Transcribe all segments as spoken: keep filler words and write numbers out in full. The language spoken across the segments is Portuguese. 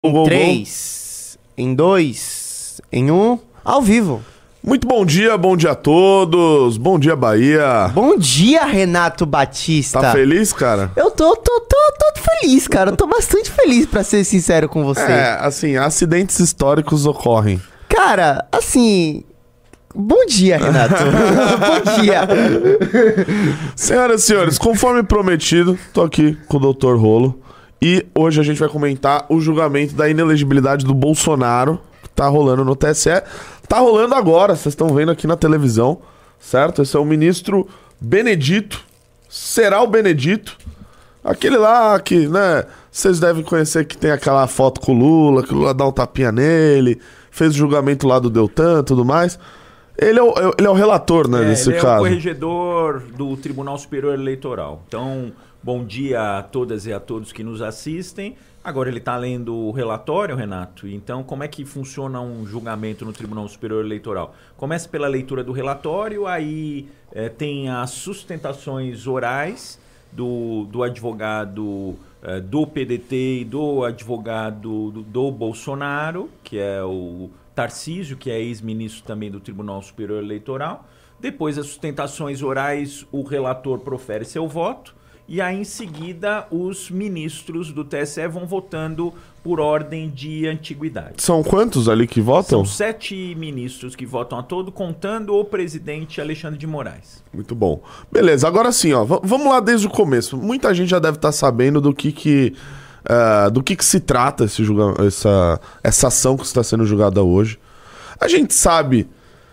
Em três, em dois, em um, ao vivo. Muito bom dia, bom dia a todos. Bom dia, Bahia. Bom dia, Renato Batista. Tá feliz, cara? Eu tô, tô, tô, tô feliz, cara. Eu tô bastante feliz, pra ser sincero com você. É, assim, acidentes históricos ocorrem. Cara, assim... Bom dia, Renato. Bom dia. Senhoras e senhores, conforme prometido, tô aqui com o doutor Rolo. E hoje a gente vai comentar o julgamento da inelegibilidade do Bolsonaro, que tá rolando no T S E. Tá rolando agora, vocês estão vendo aqui na televisão, certo? Esse é o ministro Benedito, será o Benedito. Aquele lá que, né, vocês devem conhecer, que tem aquela foto com o Lula, que o Lula dá um tapinha nele, fez o julgamento lá do Deltan e tudo mais. Ele é o, ele é o relator, né, é, desse ele caso. Ele é o corregedor do Tribunal Superior Eleitoral. Então, bom dia a todas e a todos que nos assistem. Agora ele está lendo o relatório, Renato. Então, como é que funciona um julgamento no Tribunal Superior Eleitoral? Começa pela leitura do relatório, aí é, tem as sustentações orais do, do advogado é, do P D T e do advogado do, do Bolsonaro, que é o Tarcísio, que é ex-ministro também do Tribunal Superior Eleitoral. Depois das sustentações orais, o relator profere seu voto. E aí, em seguida, os ministros do T S E vão votando por ordem de antiguidade. São quantos ali que votam? São sete ministros que votam a todo, contando o presidente Alexandre de Moraes. Muito bom. Beleza, agora sim, ó, vamos lá desde o começo. Muita gente já deve estar sabendo do que que, uh, do que, que se trata esse julga essa, essa ação que está sendo julgada hoje. A gente sabe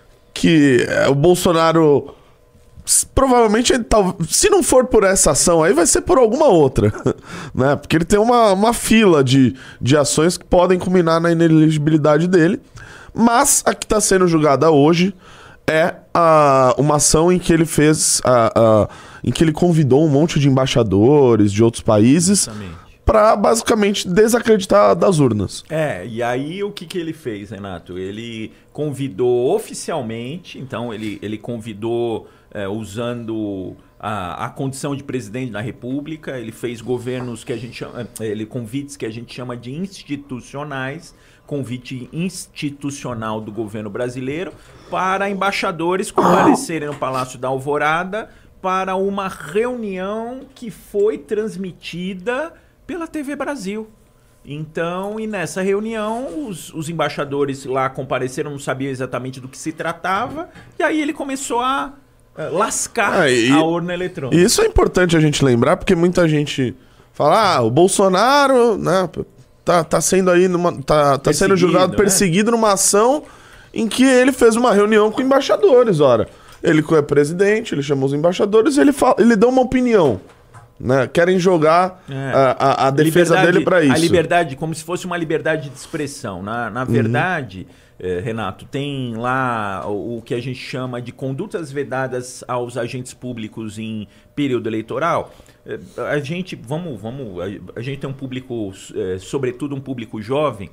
que uh, o Bolsonaro... Provavelmente, ele tá, se não for por essa ação aí, vai ser por alguma outra, né? Porque ele tem uma, uma fila de, de ações que podem culminar na inelegibilidade dele. Mas a que está sendo julgada hoje é a, uma ação em que ele fez, a, a, em que ele convidou um monte de embaixadores de outros países para basicamente desacreditar das urnas. É, e aí o que, que ele fez, Renato? Ele convidou oficialmente, então ele, ele convidou... É, usando a, a condição de presidente da República, ele fez governos que a gente chama, ele convites que a gente chama de institucionais, convite institucional do governo brasileiro para embaixadores comparecerem no Palácio da Alvorada para uma reunião que foi transmitida pela T V Brasil. Então, e nessa reunião, os, os embaixadores lá compareceram, não sabiam exatamente do que se tratava, e aí ele começou a lascar ah, e, a urna eletrônica. E isso é importante a gente lembrar, porque muita gente fala, ah, o Bolsonaro, né, tá, tá sendo aí numa, tá, tá sendo julgado, né? perseguido numa ação em que ele fez uma reunião com embaixadores, ora. Ele é presidente, ele chamou os embaixadores e ele, fala, ele deu uma opinião. Né? Querem jogar é. a, a, a defesa liberdade, dele para isso. A liberdade, como se fosse uma liberdade de expressão. Na, na verdade... Uhum. É, Renato, tem lá o, o que a gente chama de condutas vedadas aos agentes públicos em período eleitoral. É, a gente, vamos, vamos, a, a gente tem um público, é, sobretudo um público jovem.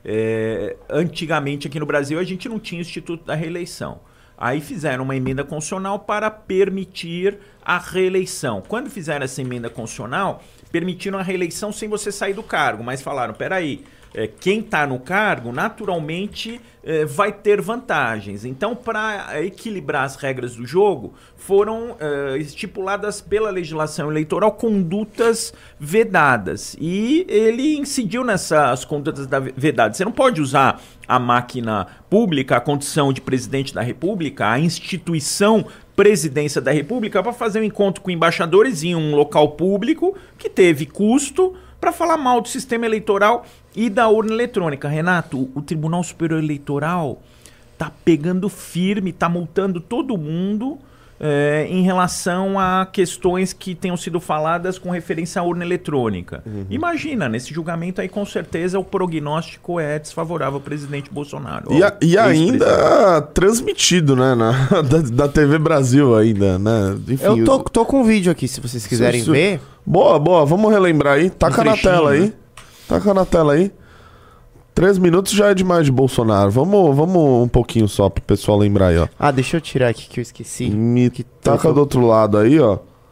É, antigamente aqui no Brasil a gente não tinha o Instituto da Reeleição. Aí fizeram uma emenda constitucional para permitir a reeleição. Quando fizeram essa emenda constitucional, permitiram a reeleição sem você sair do cargo, mas falaram, peraí, É, quem está no cargo, naturalmente, é, vai ter vantagens. Então, para equilibrar as regras do jogo, foram é, estipuladas pela legislação eleitoral condutas vedadas. E ele incidiu nessas condutas vedadas. Você não pode usar a máquina pública, a condição de presidente da República, a instituição presidência da República, para fazer um encontro com embaixadores em um local público que teve custo para falar mal do sistema eleitoral e da urna eletrônica. Renato, o Tribunal Superior Eleitoral tá pegando firme, tá multando todo mundo é, em relação a questões que tenham sido faladas com referência à urna eletrônica. Uhum. Imagina, nesse julgamento aí com certeza o prognóstico é desfavorável ao presidente Bolsonaro. E, a, e ainda transmitido, né, na, da, da T V Brasil ainda, né? Enfim, eu tô, tô com um vídeo aqui, se vocês quiserem isso, ver. Boa, boa, vamos relembrar aí. Taca um na tela aí. Né? Taca na tela aí. Três minutos já é demais de Bolsonaro. Vamos, vamos um pouquinho só pro pessoal lembrar aí, ó. Ah, deixa eu tirar aqui que eu esqueci. Me que taca tô... do outro lado aí, ó.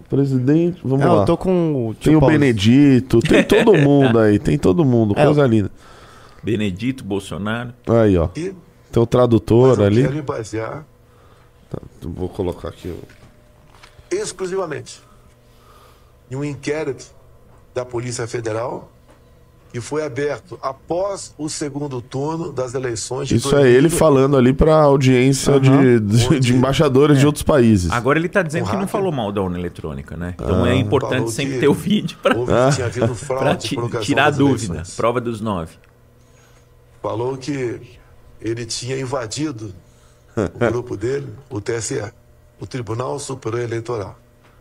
Presidente, vamos Não, lá. eu tô com o tio Tem o Paulo. Benedito, tem todo mundo aí, tem todo mundo, É, coisa linda. Benedito, Bolsonaro. Aí, ó. E, Tem o tradutor mas eu ali. quero me basear Tá, vou colocar aqui. o- exclusivamente em um inquérito da Polícia Federal que foi aberto após o segundo turno das eleições de Isso é ele dois mil e dois. falando ali pra audiência de, de, Onde- de embaixadores de outros países. Agora ele tá dizendo Um que não hacker. falou mal da urna eletrônica, né? Então é importante Falou sempre que ter o vídeo pra, houve- Ah. tinha havido pra fraude ti- por ocasião tirar a das dúvida. eleições. Prova dos nove. Falou que ele tinha invadido o grupo dele, o T S E, o Tribunal Superior Eleitoral.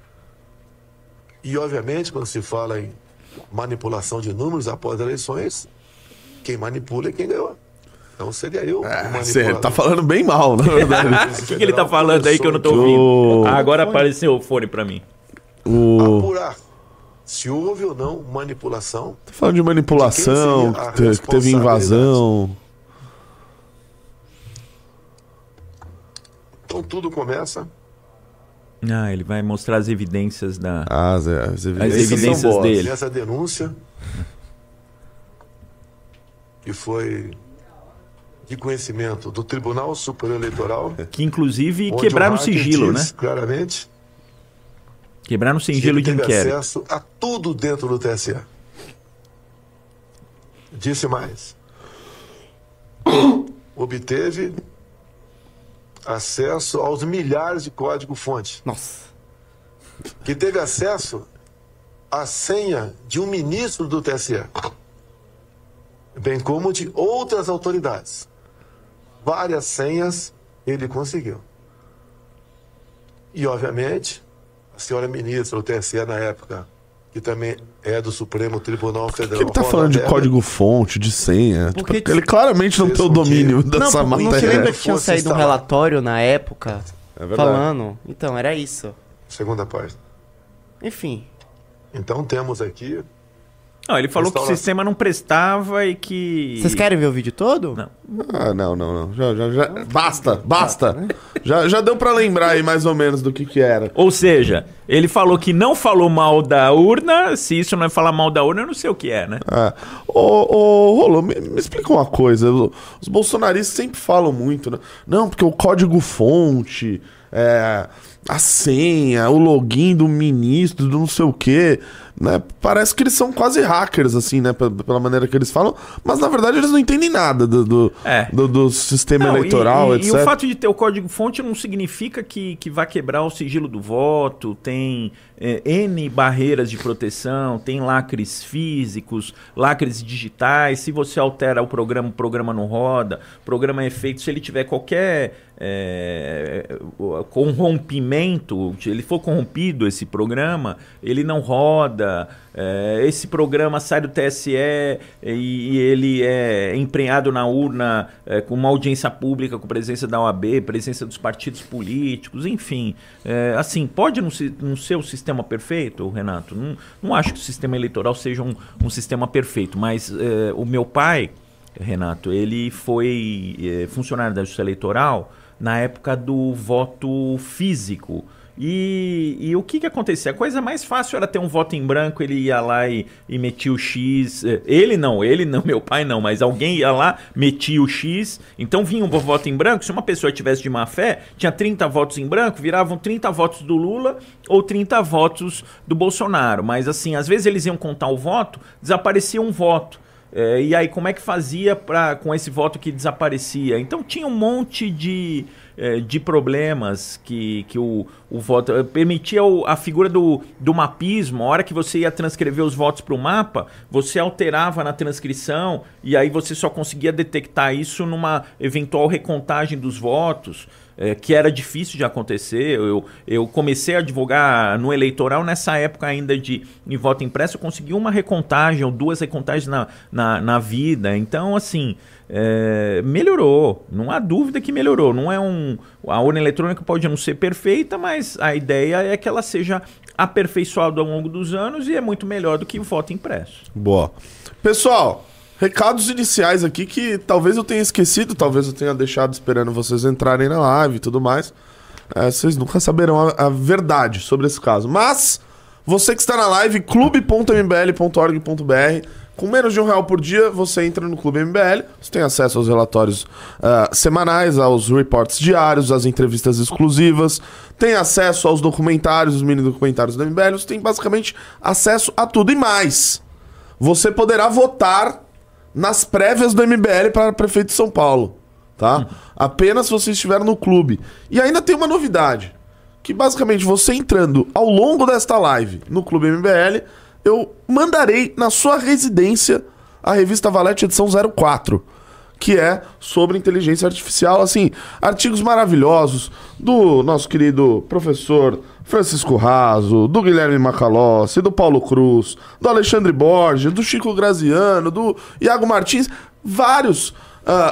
E, obviamente, quando se fala em manipulação de números após eleições, quem manipula é quem ganhou. Então seria eu o É, manipulador. você tá falando bem mal, na verdade. O que, que ele tá falando aí que eu não tô ouvindo? O- Ah, agora apareceu o fone pra mim. o... Apurar se houve ou não manipulação. Tá falando de manipulação, De quem seria a que, te- que teve invasão. Então tudo começa. Ah, ele vai mostrar as evidências da... Ah, Zé, as As evidências são evidências boas. dele. Nessa denúncia, que foi de conhecimento do Tribunal Superior Eleitoral, Que inclusive onde quebraram o hacker sigilo, né? diz claramente Quebraram o que sigilo ele de teve inquérito. acesso a tudo dentro do T S E. Disse mais. Obteve acesso aos milhares de código-fonte. Nossa. Que teve acesso à senha de um ministro do T S E, bem como de outras autoridades. Várias senhas ele conseguiu. E, obviamente, a senhora ministra do T S E na época, que também é do Supremo Tribunal Por que Federal. ele tá Rosa falando de Weber, código-fonte, de senha? Porque Tipo, ele claramente não fez tem o com que- domínio Não, dessa pô, não se matéria. lembra que tinham Fosse saído um instalado. relatório na época É verdade. falando? Então, era isso. Segunda página. Enfim. Então temos aqui. Não, ele falou que o Instalação. sistema não prestava e que... Vocês querem ver o vídeo todo? Não. Ah, não, não, não. Já, já, já. Basta, basta. Já, já deu pra lembrar aí mais ou menos do que que era. Ou seja, ele falou que não falou mal da urna. Se isso não é falar mal da urna, eu não sei o que é, né? Ah. Ô, ô, Rolo, me, me explica uma coisa. Os bolsonaristas sempre falam muito, né? Não, porque o código-fonte, é, a senha, o login do ministro, do não sei o quê, né? Parece que eles são quase hackers, assim, né? P- Pela maneira que eles falam. Mas, na verdade, eles não entendem nada do, do, É. do, do sistema Não, eleitoral, e, e, etcétera. e o fato de ter o código-fonte não significa que, que vai quebrar o sigilo do voto, tem é, N barreiras de proteção, tem lacres físicos, lacres digitais. Se você altera o programa, o programa não roda, o programa é feito, se ele tiver qualquer é, corrompimento, se ele for corrompido, esse programa, ele não roda. É, esse programa sai do T S E e, e ele é emprenhado na urna é, com uma audiência pública, com presença da O A B, presença dos partidos políticos, enfim. É, assim, pode não ser, não ser o sistema perfeito, Renato? Não, não acho que o sistema eleitoral seja um, um sistema perfeito, mas é, o meu pai, Renato, ele foi é, funcionário da Justiça Eleitoral na época do voto físico. E, e o que que acontecia? A coisa mais fácil era ter um voto em branco, ele ia lá e, e metia o X. eh, Ele não, ele não, meu pai não, mas alguém ia lá, metia o X. Então vinha um voto em branco. Se uma pessoa tivesse de má fé, tinha trinta votos em branco, viravam trinta votos do Lula ou trinta votos do Bolsonaro. Mas assim, às vezes eles iam contar o voto, desaparecia um voto. É, e aí, como é que fazia pra, com esse voto que desaparecia? Então, tinha um monte de, é, de problemas que, que o, o voto... eh, Permitia o, a figura do, do mapismo. A hora que você ia transcrever os votos para o mapa, você alterava na transcrição e aí você só conseguia detectar isso numa eventual recontagem dos votos. É, que era difícil de acontecer. Eu, eu comecei a advogar no eleitoral nessa época ainda de em voto impresso, eu consegui uma recontagem ou duas recontagens na, na, na vida. Então, assim, é, melhorou. Não há dúvida que melhorou. Não é um, a urna eletrônica pode não ser perfeita, mas a ideia é que ela seja aperfeiçoada ao longo dos anos e é muito melhor do que o voto impresso. Boa. Pessoal, recados iniciais aqui que talvez eu tenha esquecido, talvez eu tenha deixado esperando vocês entrarem na live e tudo mais. É, vocês nunca saberão a, a verdade sobre esse caso. Mas, você que está na live, clube ponto m b l ponto org ponto b r, com menos de um real por dia, você entra no Clube M B L, você tem acesso aos relatórios uh, semanais, aos reports diários, às entrevistas exclusivas, tem acesso aos documentários, os mini documentários do M B L, você tem basicamente acesso a tudo e mais. Você poderá votar nas prévias do M B L para prefeito de São Paulo, tá? Uhum. Apenas se você estiver no clube. E ainda tem uma novidade, que basicamente você entrando ao longo desta live no Clube M B L, eu mandarei na sua residência a revista Valete edição zero quatro, que é sobre inteligência artificial, assim, artigos maravilhosos do nosso querido professor Francisco Raso, do Guilherme Macalossi, do Paulo Cruz, do Alexandre Borges, do Chico Graziano, do Iago Martins, vários uh,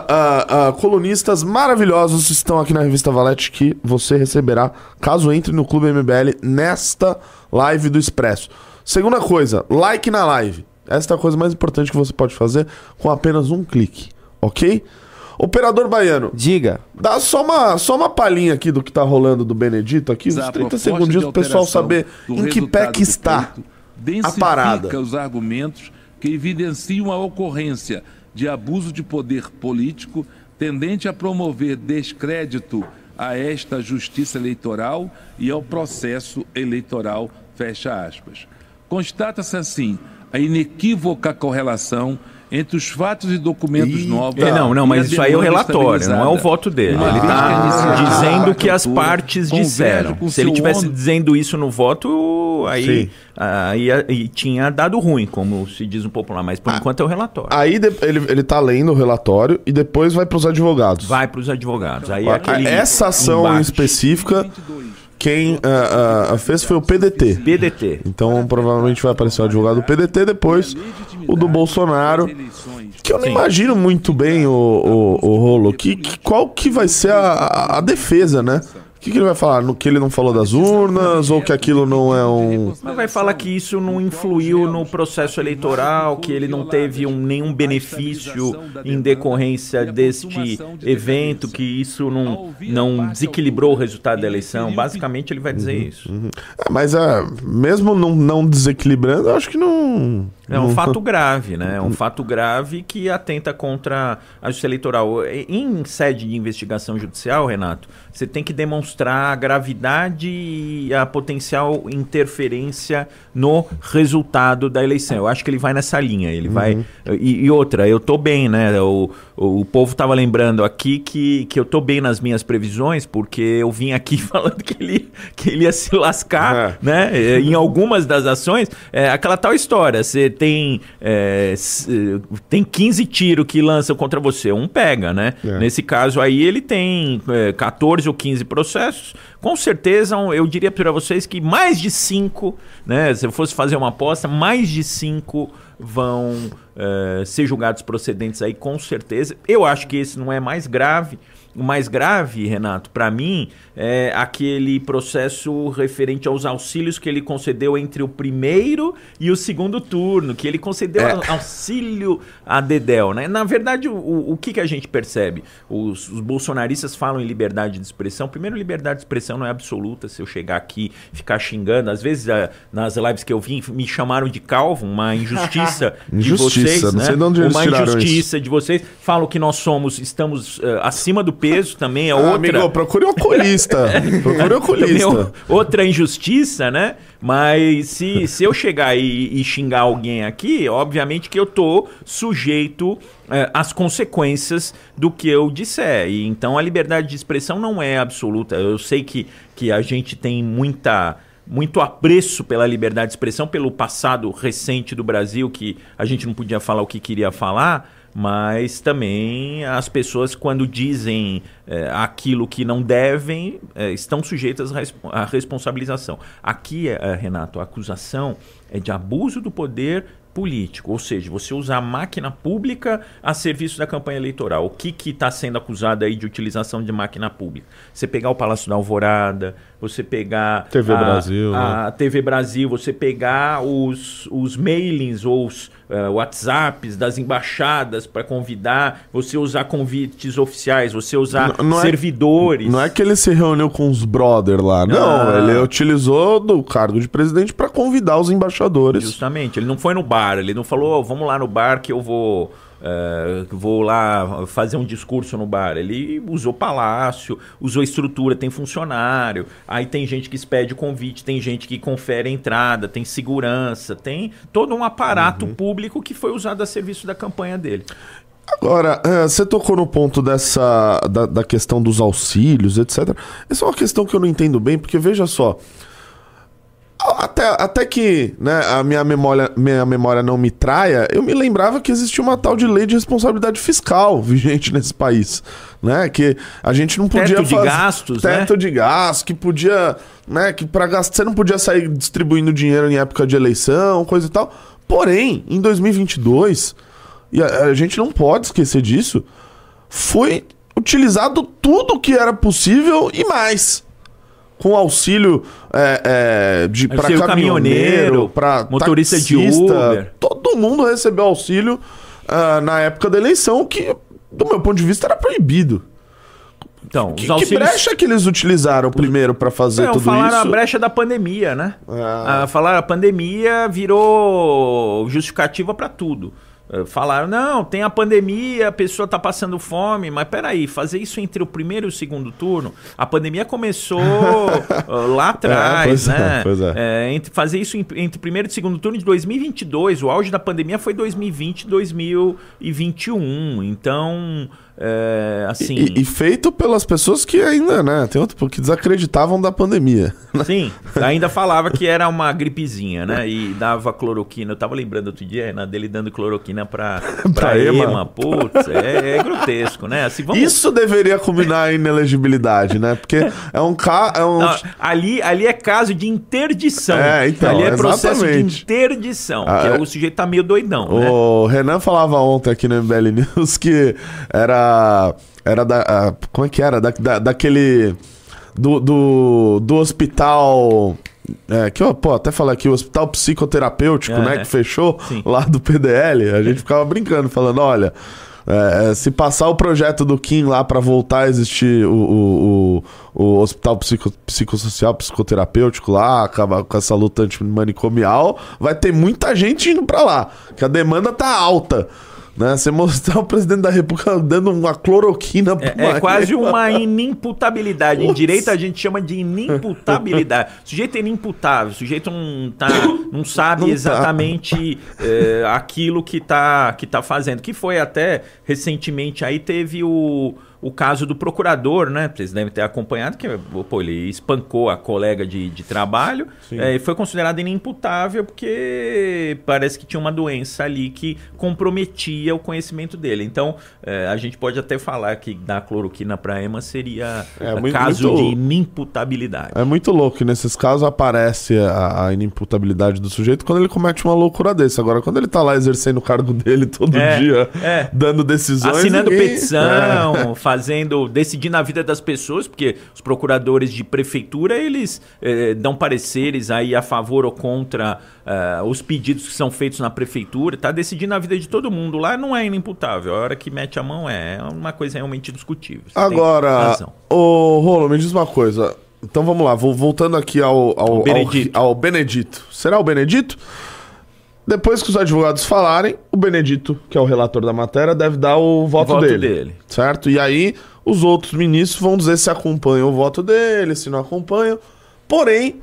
uh, uh, colunistas maravilhosos estão aqui na revista Valete que você receberá caso entre no Clube M B L nesta live do Expresso. Segunda coisa, like na live. Esta é a coisa mais importante que você pode fazer com apenas um clique, ok? Operador Baiano, diga. Dá só uma, só uma palhinha aqui do que tá rolando do Benedito aqui, uns trinta segundinhos pro pessoal saber em que pé que está a parada. Os argumentos que evidenciam a ocorrência de abuso de poder político tendente a promover descrédito a esta justiça eleitoral e ao processo eleitoral, fecha aspas. Constata-se assim a inequívoca correlação entre os fatos e documentos Eita. novos. É, não, não, mas isso aí é o relatório, não é o voto dele. Uma Ele está ah, dizendo ah, que as cultura, partes converge disseram. com Se ele seu tivesse homem. dizendo isso no voto, aí, Sim. aí, aí tinha dado ruim, como se diz no popular, mas por Ah. enquanto é o relatório. Aí de- ele, ele tá lendo o relatório e depois vai pros advogados. Vai para os advogados. Aí Ah, aquele Essa ação em embate. específica, quem ah, ah, fez foi o P D T. P D T. Então provavelmente vai aparecer o advogado do P D T, depois o do Bolsonaro. Que eu não Sim. imagino muito bem, o, o, o Rolo, que, que, qual que vai ser a, a, a defesa, né? O que, que ele vai falar? No, que ele não falou das urnas ou que aquilo não é um... Mas vai falar que isso não influiu no processo eleitoral, que ele não teve um, nenhum benefício em decorrência deste evento, que isso não, não desequilibrou o resultado da eleição. Basicamente ele vai dizer isso. É, mas é, mesmo não, não desequilibrando, eu acho que não... É um fato grave, né? É um fato grave que atenta contra a justiça eleitoral. Em sede de investigação judicial, Renato, você tem que demonstrar a gravidade e a potencial interferência no resultado da eleição. Eu acho que ele vai nessa linha. Ele Uhum. vai. E, e outra, eu tô bem, né? O, o povo tava lembrando aqui que, que eu tô bem nas minhas previsões, porque eu vim aqui falando que ele, que ele ia se lascar, É. né? Em algumas das ações. É aquela tal história. Você tem, é, tem quinze tiros que lançam contra você, um pega, né? É. Nesse caso aí ele tem é, catorze ou quinze processos. Com certeza, eu diria para vocês que mais de cinco, né? Se eu fosse fazer uma aposta, mais de cinco vão é, ser julgados procedentes aí, com certeza. Eu acho que esse não é mais grave. O mais grave, Renato, para mim, é aquele processo referente aos auxílios que ele concedeu entre o primeiro e o segundo turno, que ele concedeu É. auxílio a Dedéu, né? Na verdade, o, o que, que a gente percebe? Os, os bolsonaristas falam em liberdade de expressão. Primeiro, liberdade de expressão não é absoluta. Se eu chegar aqui e ficar xingando, às vezes a, nas lives que eu vim, me chamaram de calvo, uma injustiça de Injustiça, vocês, não né? sei de onde eles Uma tiraram injustiça de vocês. Falam que nós somos, estamos uh, acima do peso, também é Ah, outra. amigo, procure oculista. Procure Também oculista. é outra injustiça, né? Mas se, se eu chegar e, e xingar alguém aqui, obviamente que eu tô sujeito eh, às consequências do que eu disser. E, então a liberdade de expressão não é absoluta. Eu sei que, que a gente tem muita... muito apreço pela liberdade de expressão, pelo passado recente do Brasil, que a gente não podia falar o que queria falar, mas também as pessoas, quando dizem é, aquilo que não devem, é, estão sujeitas à, resp- à responsabilização. Aqui, é, Renato, a acusação é de abuso do poder político, ou seja, você usar a máquina pública a serviço da campanha eleitoral. O que está sendo acusado aí de utilização de máquina pública? Você pegar o Palácio da Alvorada, você pegar T V a, Brasil, a né? T V Brasil, você pegar os, os mailings ou os uh, WhatsApps das embaixadas para convidar, você usar convites oficiais, você usar Não- não é- servidores. Não é que ele se reuniu com os brother lá, não. Ah. Ele utilizou do cargo de presidente para convidar os embaixadores. Justamente, ele não foi no bar, ele não falou, "Oh, vamos lá no bar que eu vou, eh, vou lá fazer um discurso no bar." Ele usou palácio, usou estrutura, tem funcionário, aí tem gente que expede o convite, tem gente que confere a entrada, tem segurança, tem todo um aparato Uhum. público que foi usado a serviço da campanha dele. Agora, é, você tocou no ponto dessa da, da questão dos auxílios, etcétera. Essa é uma questão que eu não entendo bem, porque veja só. Até, até que, né, a minha memória, minha memória não me traia, eu me lembrava que existia uma tal de lei de responsabilidade fiscal vigente nesse país, né? Que a gente não podia Teto de fazer gastos, né? teto de gastos, que podia, né, que para gastar você não podia sair distribuindo dinheiro em época de eleição, coisa e tal. Porém, em dois mil e vinte e dois, e a, a gente não pode esquecer disso, foi utilizado tudo que era possível e mais. Com auxílio é, é, de para Auxílio caminhoneiro, caminhoneiro, para motorista de taxista, Uber. todo mundo recebeu auxílio ah, na época da eleição, que, do meu ponto de vista, era proibido. Então, Que, os que auxílios... brecha que eles utilizaram primeiro para fazer Não, tudo falaram isso? a brecha da pandemia, né? Ah. Ah, falaram a pandemia virou justificativa para tudo. Eh, Falaram, não, tem a pandemia, a pessoa tá passando fome, mas peraí, fazer isso entre o primeiro e o segundo turno, a pandemia começou ah, lá atrás, pois é, né? pois é. Eh, entre, fazer isso em- entre o primeiro e o segundo turno de dois mil e vinte e dois, o auge da pandemia foi dois mil e vinte e dois mil e vinte e um, então, eh, assim... E, e feito pelas pessoas que ainda, né, tem outro, que desacreditavam da pandemia. Sim, ainda falava que era uma gripezinha, né? E dava cloroquina. Eu tava lembrando outro dia, Renato, dele dando cloroquina pra, pra, Pra ema. ema. Putz, é, é grotesco, né? Assim, vamos... Isso deveria culminar em inelegibilidade, né? Porque é um ca... é um Não, ali, ali é caso de interdição. É, então, ali é processo exatamente. de interdição. Ah, que é, é. o sujeito tá meio doidão, né? O Renan falava ontem aqui no M B L News que era. Era da. ah, Como é que era? Da, da- daquele. Do, do, do hospital. É, que eu, pô, até falei aqui, o hospital psicoterapêutico, É, né? é. Que fechou Sim. lá do P D L. A gente ficava brincando, falando: olha. é, é, se passar o projeto do Kim lá pra voltar a existir o, o, o, o hospital psico, psicossocial, psicoterapêutico lá, acabar com essa luta antimanicomial, vai ter muita gente indo pra lá, que a demanda tá alta. Né? Você mostrar o presidente da República dando uma cloroquina pra É, é uma- quase uma inimputabilidade. Em Putz. direito a gente chama de inimputabilidade. O sujeito é inimputável, o sujeito não, tá, não sabe Não tá. exatamente é, aquilo que tá, que tá fazendo. Que foi até recentemente aí teve o, o caso do procurador, né? Vocês devem ter acompanhado, que pô, ele espancou a colega de, de trabalho é, e foi considerado inimputável porque parece que tinha uma doença ali que comprometia o conhecimento dele. Então, é, a gente pode até falar que dar cloroquina para ema seria É, é, muito- caso muito- de inimputabilidade. É muito louco que nesses casos aparece a, a inimputabilidade do sujeito quando ele comete uma loucura desse. Agora, quando ele tá lá exercendo o cargo dele todo É, dia, é. dando decisões... Assinando ninguém- petição, fazendo, decidindo a vida das pessoas, porque os procuradores de prefeitura, eles eh, dão pareceres aí a favor ou contra eh, os pedidos que são feitos na prefeitura, tá decidindo a vida de todo mundo. Lá não é inimputável, a hora que mete a mão é, é uma coisa realmente discutível. Você tem Agora, razão. ô Rolo, me diz uma coisa. Então vamos lá, vou, voltando aqui ao, ao, ao, Benedito. ao Benedito. Será o Benedito? Depois que os advogados falarem, o Benedito, que é o relator da matéria, deve dar o voto, voto dele, dele. certo? E aí os outros ministros vão dizer se acompanham o voto dele, se não acompanham. Porém,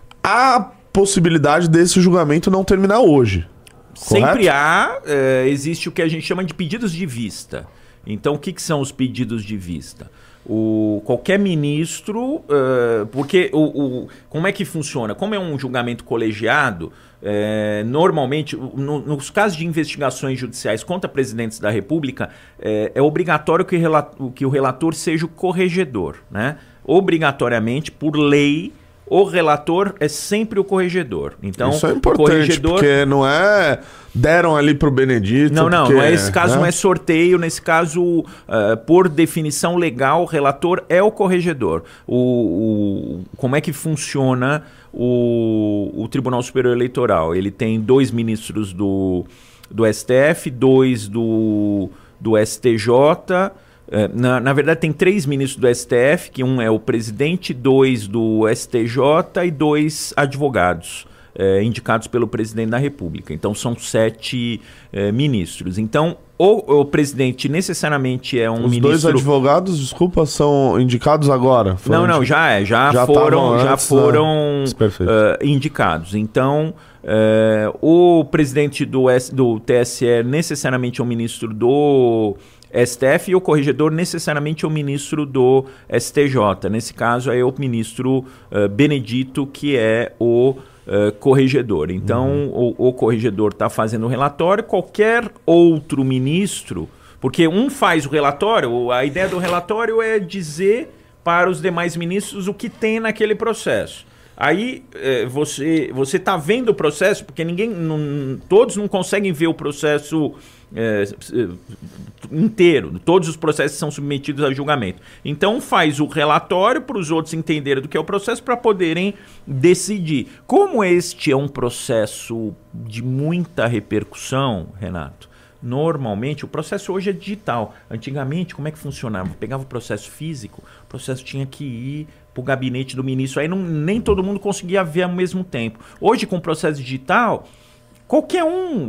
há possibilidade desse julgamento não terminar hoje. Sempre correto? há, eh, existe o que a gente chama de pedidos de vista. Então, o que, que são os pedidos de vista? O, qualquer ministro, eh, porque o, o, como é que funciona? Como é um julgamento colegiado, eh, normalmente, no- nos casos de investigações judiciais contra presidentes da República, eh, é obrigatório que, rela- que o relator seja o corregedor, né? Obrigatoriamente, por lei, o relator é sempre o corregedor. Então, isso é importante, o corregedor... porque não é... Deram ali pro Benedito... Não, não, porque, não é, esse caso né? não é sorteio. Nesse caso, uh, por definição legal, o relator é o corregedor. O, o, como é que funciona o, o Tribunal Superior Eleitoral? Ele tem dois ministros do, do S T F, dois do, do S T J... Na, na verdade, tem três ministros do S T F, que um é o presidente, dois do S T J e dois advogados é, indicados pelo presidente da República. Então, são sete é, ministros. Então, o, o presidente necessariamente é um Os ministro... dois advogados, desculpa, são indicados agora? Foram não, não, indi... já é. Já, já foram, já foram da... uh, indicados. Então... Uh, o presidente do, S, do T S E necessariamente é um ministro do S T F e o corregedor necessariamente é o ministro do S T J. Nesse caso é o ministro uh, Benedito, que é o uh, corregedor. Então, uhum. o, o corregedor está fazendo o relatório, qualquer outro ministro, porque um faz o relatório, a ideia do relatório é dizer para os demais ministros o que tem naquele processo. Aí eh, você você está vendo o processo, porque ninguém, não, todos não conseguem ver o processo eh, inteiro. Todos os processos são submetidos a julgamento. Então faz o relatório para os outros entenderem do que é o processo para poderem decidir. Como este é um processo de muita repercussão, Renato, normalmente o processo hoje é digital. Antigamente, como é que funcionava? Pegava o processo físico, o processo tinha que ir para o gabinete do ministro, aí não, nem todo mundo conseguia ver ao mesmo tempo. Hoje, com o processo digital, qualquer um,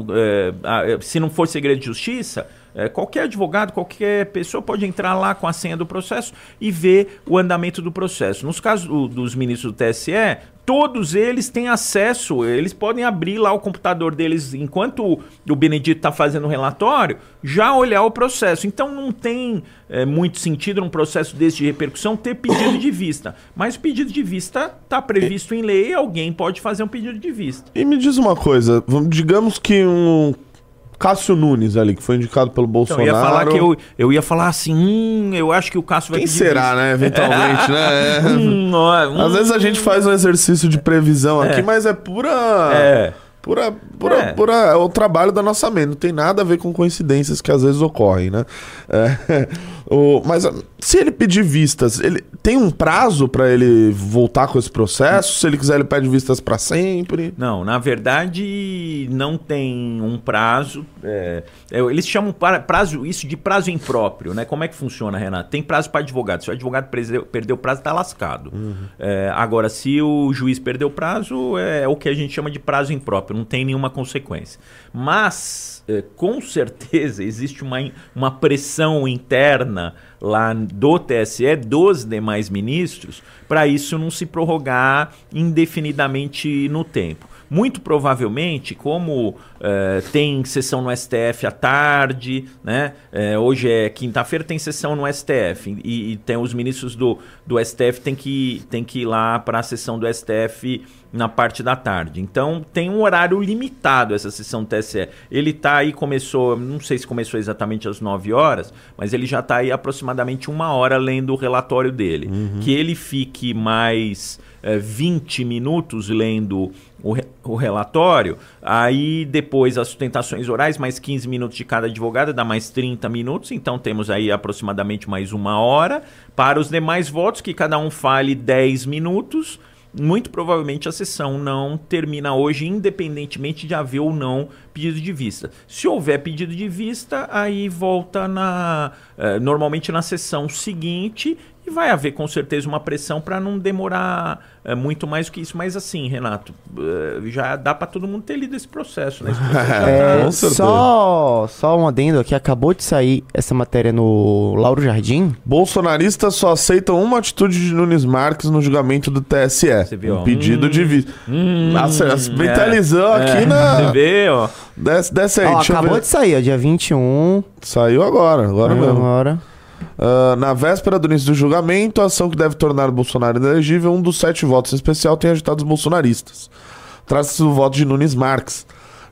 é, se não for segredo de justiça, é, qualquer advogado, qualquer pessoa pode entrar lá com a senha do processo e ver o andamento do processo. Nos casos do, dos ministros do T S E, todos eles têm acesso, eles podem abrir lá o computador deles enquanto o, o Benedito está fazendo o relatório, já olhar o processo. Então não tem é, muito sentido num processo desse de repercussão ter pedido de vista. Mas o pedido de vista está previsto em lei e alguém pode fazer um pedido de vista. E me diz uma coisa, digamos que um... Cássio Nunes ali, que foi indicado pelo Bolsonaro. Então, eu ia falar que eu, eu ia falar assim, hum, eu acho que o Cássio vai Quem pedir será, vista. né, eventualmente, né? hum, hum, Às vezes a gente faz um exercício de previsão é. aqui, mas é pura... É. Pura, pura, é. pura, é o trabalho da nossa mente, não tem nada a ver com coincidências que às vezes ocorrem, né? É, o, mas se ele pedir vistas, ele tem um prazo para ele voltar com esse processo? Se ele quiser, ele pede vistas para sempre? Não, na verdade não tem um prazo. É, eles chamam prazo, isso de prazo impróprio, né? Como é que funciona, Renato? Tem prazo para advogado. Se o advogado perdeu, perdeu o prazo, está lascado. Uhum. É, agora, se o juiz perdeu o prazo, é o que a gente chama de prazo impróprio. Não tem nenhuma consequência. Mas, é, com certeza, existe uma, uma pressão interna lá do T S E, dos demais ministros, para isso não se prorrogar indefinidamente no tempo. Muito provavelmente, como é, tem sessão no S T F à tarde, né? É, hoje é quinta-feira, tem sessão no S T F e, e tem os ministros do, do S T F tem que, tem que ir lá para a sessão do S T F na parte da tarde. Então tem um horário limitado essa sessão do T S E. Ele está aí, começou, não sei se começou exatamente às nove horas, mas ele já está aí aproximadamente uma hora lendo o relatório dele. Uhum. Que ele fique mais é, vinte minutos lendo o, re, o relatório, aí depois as sustentações orais, mais quinze minutos de cada advogado, dá mais trinta minutos, então temos aí aproximadamente mais uma hora. Para os demais votos, que cada um fale dez minutos, muito provavelmente a sessão não termina hoje, independentemente de haver ou não pedido de vista. Se houver pedido de vista, aí volta na, eh, normalmente na sessão seguinte, e vai haver com certeza uma pressão para não demorar é, muito mais do que isso. Mas assim, Renato, é, já dá para todo mundo ter lido esse processo, né? Esse processo é, tá... só, só um adendo aqui, acabou de sair essa matéria no Lauro Jardim. Bolsonaristas só aceitam uma atitude de Nunes Marques no julgamento do T S E. Você viu, um ó. pedido hum, de vista. Hum, Mentalizou é, aqui é, na... Você vê, ó. Desce, desce aí, Ó, deixa eu acabou ver. de sair, ó, dia vinte e um. Saiu agora, agora mesmo. Agora. Uh, na véspera do início do julgamento, a ação que deve tornar Bolsonaro inelegível, um dos sete votos em especial tem agitado os bolsonaristas. Trata-se do voto de Nunes Marques.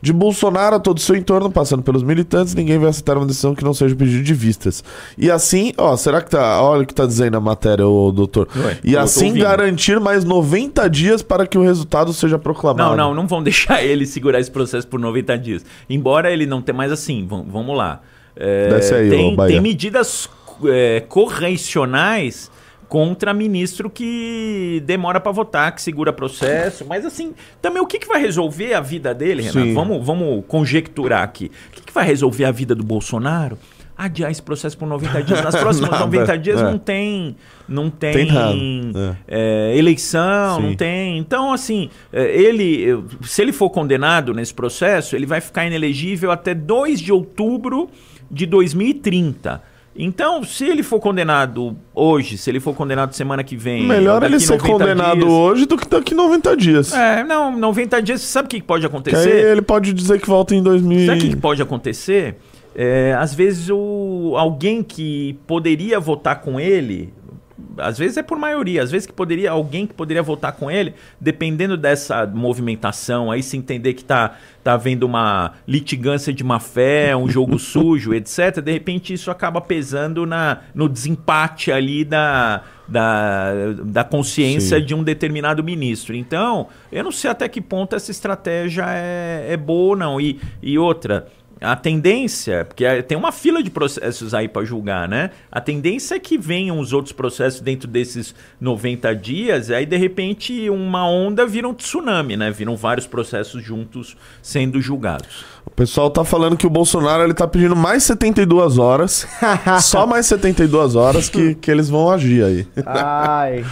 De Bolsonaro a todo o seu entorno, passando pelos militantes, ninguém vai aceitar uma decisão que não seja pedido de vistas. E assim, ó, será que tá... Olha o que tá dizendo a matéria, ô doutor. Ué, e assim ouvindo. garantir mais noventa dias para que o resultado seja proclamado. Não, não, não vão deixar ele segurar esse processo por noventa dias. Embora ele não tenha mais assim, vamos, vamos lá. É, Desce aí, tem, ô, Bahia. tem medidas é, correcionais contra ministro que demora para votar, que segura processo. Mas assim, também o que, que vai resolver a vida dele, Renato? Vamos, vamos conjecturar aqui. O que, que vai resolver a vida do Bolsonaro? Adiar esse processo por noventa dias. Nas próximas Nada, noventa dias é. não tem, não tem, Tem nada, é, eleição, Sim. não tem. Então, assim, é, ele, se ele for condenado nesse processo, ele vai ficar inelegível até dois de outubro de dois mil e trinta. Então, se ele for condenado hoje, se ele for condenado semana que vem... Melhor daqui ele ser noventa condenado dias, hoje do que daqui noventa dias. É, não, noventa dias, você sabe o que pode Que acontecer? aí ele pode dizer que volta em dois mil. Sabe o que pode acontecer? É, às vezes o, alguém que poderia votar com ele, às vezes é por maioria, às vezes que poderia, alguém que poderia votar com ele, dependendo dessa movimentação, aí se entender que tá, tá havendo uma litigância de má fé, um jogo sujo, etcétera, de repente isso acaba pesando na, no desempate ali da, da, da consciência Sim. de um determinado ministro. Então, eu não sei até que ponto essa estratégia é, é boa ou não. E, e outra... A tendência, porque tem uma fila de processos aí para julgar, né? A tendência é que venham os outros processos dentro desses noventa dias, e aí de repente uma onda vira um tsunami, né? Viram vários processos juntos sendo julgados. O pessoal tá falando que o Bolsonaro ele tá pedindo mais setenta e duas horas. Só mais setenta e duas horas que, que eles vão agir aí. Ai.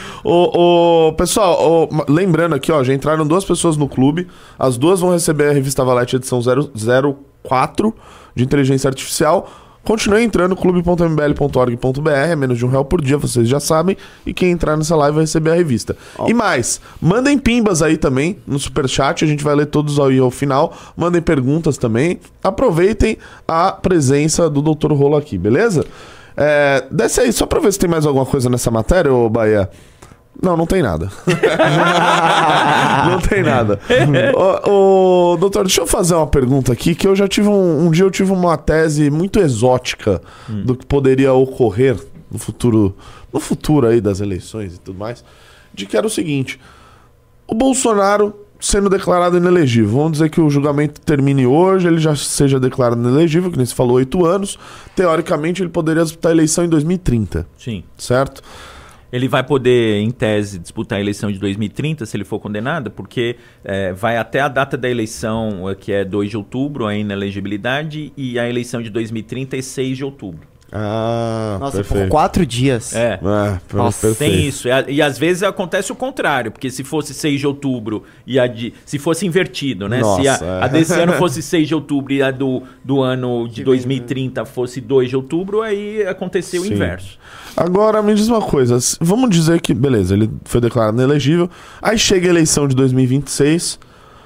o, o, pessoal, o, lembrando aqui, ó, já entraram duas pessoas no clube. As duas vão receber a revista Valete edição zero zero quatro de inteligência artificial. Continue entrando, clube ponto m b l ponto org ponto b r, é menos de um real por dia, vocês já sabem. E quem entrar nessa live vai receber a revista. Oh. E mais, mandem pimbas aí também no superchat, a gente vai ler todos aí ao final. Mandem perguntas também. Aproveitem a presença do doutor Rolo aqui, beleza? É, desce aí, só pra ver se tem mais alguma coisa nessa matéria, ô Bahia. Não, não tem nada. Não tem nada. Ô, ô, doutor, deixa eu fazer uma pergunta aqui, que eu já tive um... Um dia eu tive uma tese muito exótica hum. do que poderia ocorrer no futuro, no futuro aí das eleições e tudo mais, de que era o seguinte: o Bolsonaro sendo declarado inelegível, vamos dizer que o julgamento termine hoje, ele já seja declarado inelegível, que nem se falou, oito anos, teoricamente ele poderia disputar a eleição em dois mil e trinta. Sim. Certo? Ele vai poder, em tese, disputar a eleição de dois mil e trinta, se ele for condenado, porque é, vai até a data da eleição, que é dois de outubro, a inelegibilidade, e a eleição de dois mil e trinta é seis de outubro. Ah, nossa, perfeito. por quatro dias. É, é nossa, tem isso. E, e às vezes acontece o contrário, porque se fosse seis de outubro e a de... Se fosse invertido, né? Nossa, se a, é. a desse ano fosse seis de outubro e a do, do ano de dois mil e trinta fosse dois de outubro, aí aconteceu Sim. o inverso. Agora, me diz uma coisa. Vamos dizer que, beleza, ele foi declarado inelegível. Aí chega a eleição de dois mil e vinte e seis...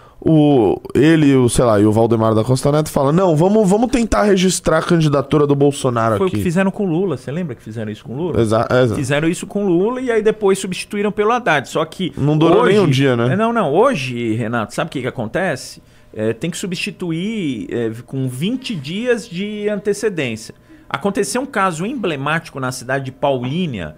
O, ele, o, sei lá, e o Valdemar da Costa Neto fala: não, vamos, vamos tentar registrar a candidatura do Bolsonaro Foi aqui. Foi o que fizeram com o Lula, você lembra que fizeram isso com o Lula? Exato, exato. Fizeram isso com o Lula e aí depois substituíram pelo Haddad. Só que. Não durou hoje, nem um dia, né? Não, não. Hoje, Renato, sabe o que, que acontece? É, tem que substituir é, com vinte dias de antecedência. Aconteceu um caso emblemático na cidade de Paulínia.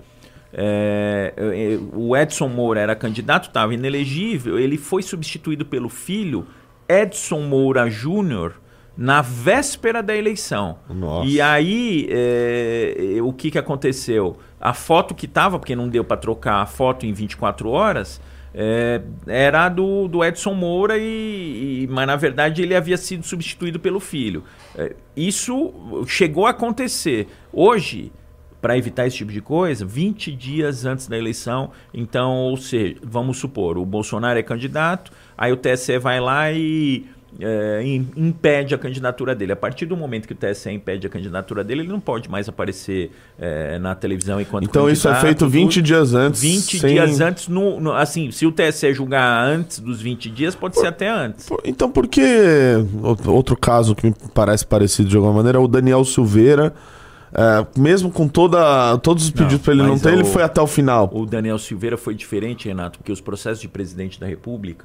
É, é, o Edson Moura era candidato, estava inelegível, ele foi substituído pelo filho Edson Moura Júnior na véspera da eleição. Nossa. E aí é, o que, que aconteceu? A foto que estava, porque não deu para trocar a foto em vinte e quatro horas, é, era do, do Edson Moura, e, e, mas na verdade ele havia sido substituído pelo filho. É, isso chegou a acontecer. Hoje, para evitar esse tipo de coisa, vinte dias antes da eleição, então, ou seja, vamos supor, o Bolsonaro é candidato, aí o T S E vai lá e é, impede a candidatura dele. A partir do momento que o T S E impede a candidatura dele, ele não pode mais aparecer é, na televisão enquanto então candidato. Isso é feito vinte dias antes. vinte sem... dias antes, no, no, assim, se o T S E julgar antes dos vinte dias, pode por, ser até antes. Por, então por que, outro caso que me parece parecido de alguma maneira, é o Daniel Silveira. É, mesmo com toda, todos os pedidos para ele não ter, o, ele foi até o final. O Daniel Silveira foi diferente, Renato, porque os processos de presidente da República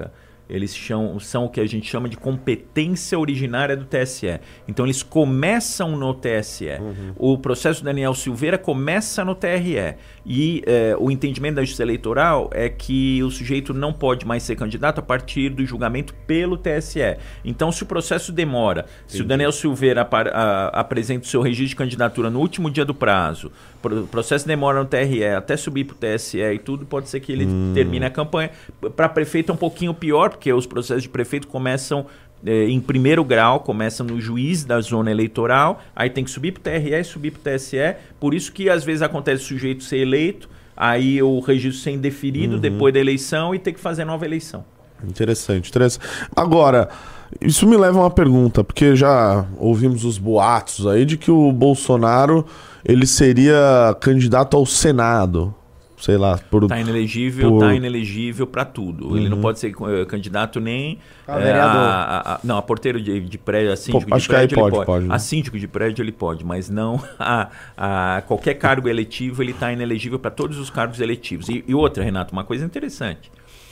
Eles são, são o que a gente chama de competência originária do T S E. Então eles começam no T S E. Uhum. O processo do Daniel Silveira começa no T R E. E eh, o entendimento da Justiça Eleitoral é que o sujeito não pode mais ser candidato a partir do julgamento pelo T S E. Então, se o processo demora, Entendi. se o Daniel Silveira ap a, apresenta o seu registro de candidatura no último dia do prazo, o processo demora no T R E até subir para o T S E e tudo, pode ser que ele hum. termine a campanha. Para prefeito é um pouquinho pior, porque os processos de prefeito começam eh, em primeiro grau, começam no juiz da zona eleitoral, aí tem que subir para o T R E e subir para o T S E. Por isso que às vezes acontece o sujeito ser eleito, aí o registro ser indeferido uhum. depois da eleição e ter que fazer nova eleição. Interessante, interessante. Agora, isso me leva a uma pergunta, porque já ouvimos os boatos aí de que o Bolsonaro ele seria candidato ao Senado. Sei lá, por... Tá inelegível, por... tá inelegível para tudo. Uhum. Ele não pode ser uh, candidato nem... Ah, é, vereador. A, a, a, não, a porteiro de, de prédio, a síndico Pô, de prédio, pode, ele pode. pode né? A síndico de prédio, ele pode, mas não a, a qualquer cargo eletivo, ele tá inelegível para todos os cargos eletivos. E, e outra, Renato, uma coisa interessante.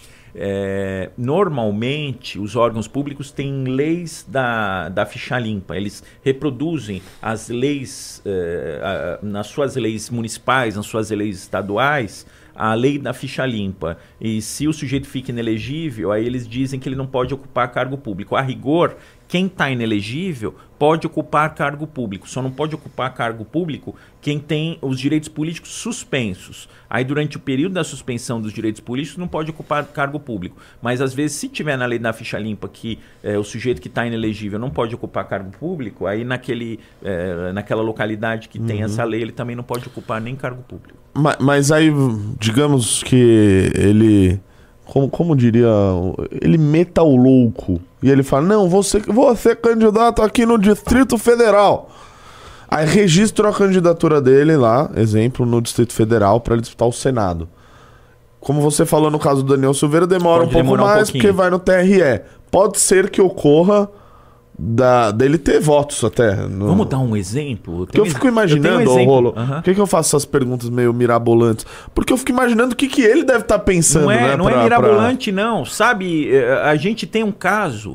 É, normalmente os órgãos públicos têm leis da, da ficha limpa, eles reproduzem as leis é, a, nas suas leis municipais, nas suas leis estaduais, a lei da ficha limpa. E se o sujeito fica inelegível, aí eles dizem que ele não pode ocupar cargo público. A rigor, quem está inelegível pode ocupar cargo público, só não pode ocupar cargo público quem tem os direitos políticos suspensos. Aí, durante o período da suspensão dos direitos políticos, não pode ocupar cargo público. Mas, às vezes, se tiver na lei da ficha limpa que é, o sujeito que está inelegível não pode ocupar cargo público, aí naquele, é, naquela localidade que uhum. tem essa lei, ele também não pode ocupar nem cargo público. Mas, mas aí, digamos que ele... Como, como diria, ele meta o louco. E ele fala, não, vou ser, vou ser candidato aqui no Distrito Federal. Aí registra a candidatura dele lá, exemplo, no Distrito Federal, para ele disputar o Senado. Como você falou no caso do Daniel Silveira, demora Pode um pouco mais, um porque vai no T R E. Pode ser que ocorra da, dele ter votos até. No... Vamos dar um exemplo? Porque eu, eu fico imaginando, ô um Rolo, uhum. por que, que eu faço essas perguntas meio mirabolantes? Porque eu fico imaginando o que, que ele deve estar tá pensando, não é, né? Não pra, é mirabolante, pra... não. Sabe, a gente tem um caso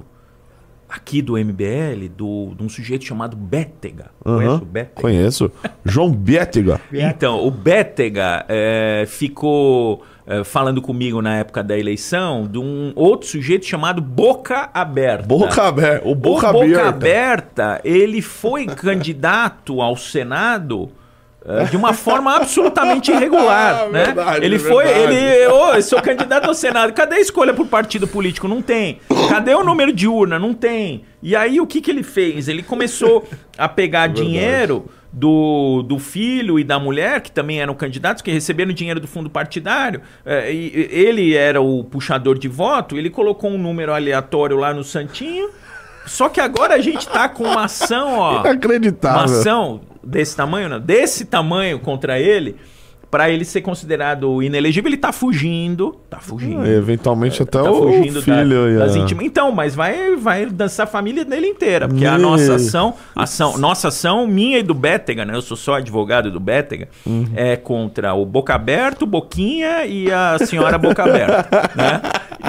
aqui do M B L, do, de um sujeito chamado Bétega. Uhum. Conhece o Bétega? Conheço. João Bétega. Então, o Bétega é, ficou... falando comigo na época da eleição, de um outro sujeito chamado Boca Aberta. Boca Aberta. O Boca o Aberta. Boca Aberta, ele foi candidato ao Senado uh, de uma forma absolutamente irregular. ah, né? Verdade, ele foi, verdade. ele, ô, oh, sou candidato ao Senado. Cadê a escolha por partido político? Não tem. Cadê o número de urna? Não tem. E aí o que, que ele fez? Ele começou a pegar dinheiro Do, do filho e da mulher, que também eram candidatos, que receberam dinheiro do fundo partidário, é, e, ele era o puxador de voto, ele colocou um número aleatório lá no santinho, só que agora a gente tá com uma ação, ó... Inacreditável. Uma ação desse tamanho, não, desse tamanho contra ele, para ele ser considerado inelegível. Ele tá fugindo, tá fugindo. Ah, eventualmente é, até tá o fugindo filho. Da, das íntimas. Então, mas vai, vai dançar a família dele inteira, porque Me... a nossa ação, ação, nossa ação, minha e do Bétega, né? Eu sou só advogado do Bétega, uhum. é contra o Boca Aberto, o Boquinha e a senhora Boca Aberta, né?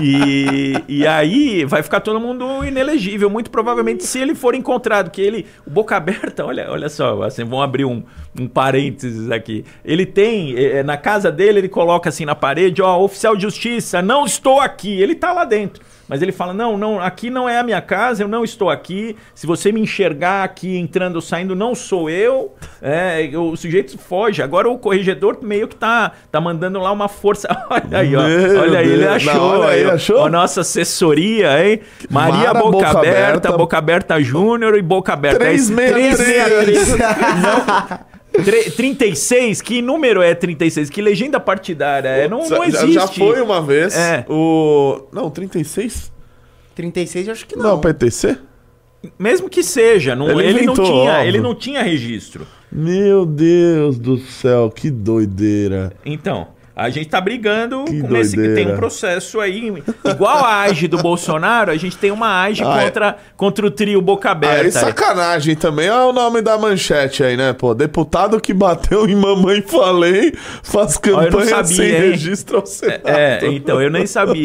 E, e aí vai ficar todo mundo inelegível. Muito provavelmente, se ele for encontrado, que ele... O Boca Aberta, olha, olha só, assim, vamos abrir um, um parênteses aqui. Ele tem, na casa dele, ele coloca assim na parede, ó, oficial de justiça, não estou aqui. Ele tá lá dentro. Mas ele fala, não, não, aqui não é a minha casa, eu não estou aqui. Se você me enxergar aqui entrando ou saindo, não sou eu. É, o sujeito foge. Agora o corregedor meio que tá, tá mandando lá uma força. Olha aí, ó. Meu olha aí, ele achou. Não, olha aí, aí, achou? A nossa assessoria, hein? Maria Mara Boca, Boca Aberta, Aberta, Boca Aberta Júnior e Boca Aberta. três seis três. Não... trinta e seis? Que número é trinta e seis? Que legenda partidária é? Não, não existe. Já foi uma vez. É. O... Não, trinta e seis? trinta e seis eu acho que não. Não, P T C? Mesmo que seja, não, ele, ele, inventou, não tinha, óbvio. ele não tinha registro. Meu Deus do céu, que doideira. Então, a gente tá brigando que com esse que tem um processo aí. Igual a A G do Bolsonaro, a gente tem uma A G ah, contra, é. contra o trio Boca Aberta. Aí sacanagem também. Olha o nome da manchete aí, né? Pô, deputado que bateu em mamãe falei faz campanha sabia, sem hein? registro ao Senado. É, então, eu nem sabia.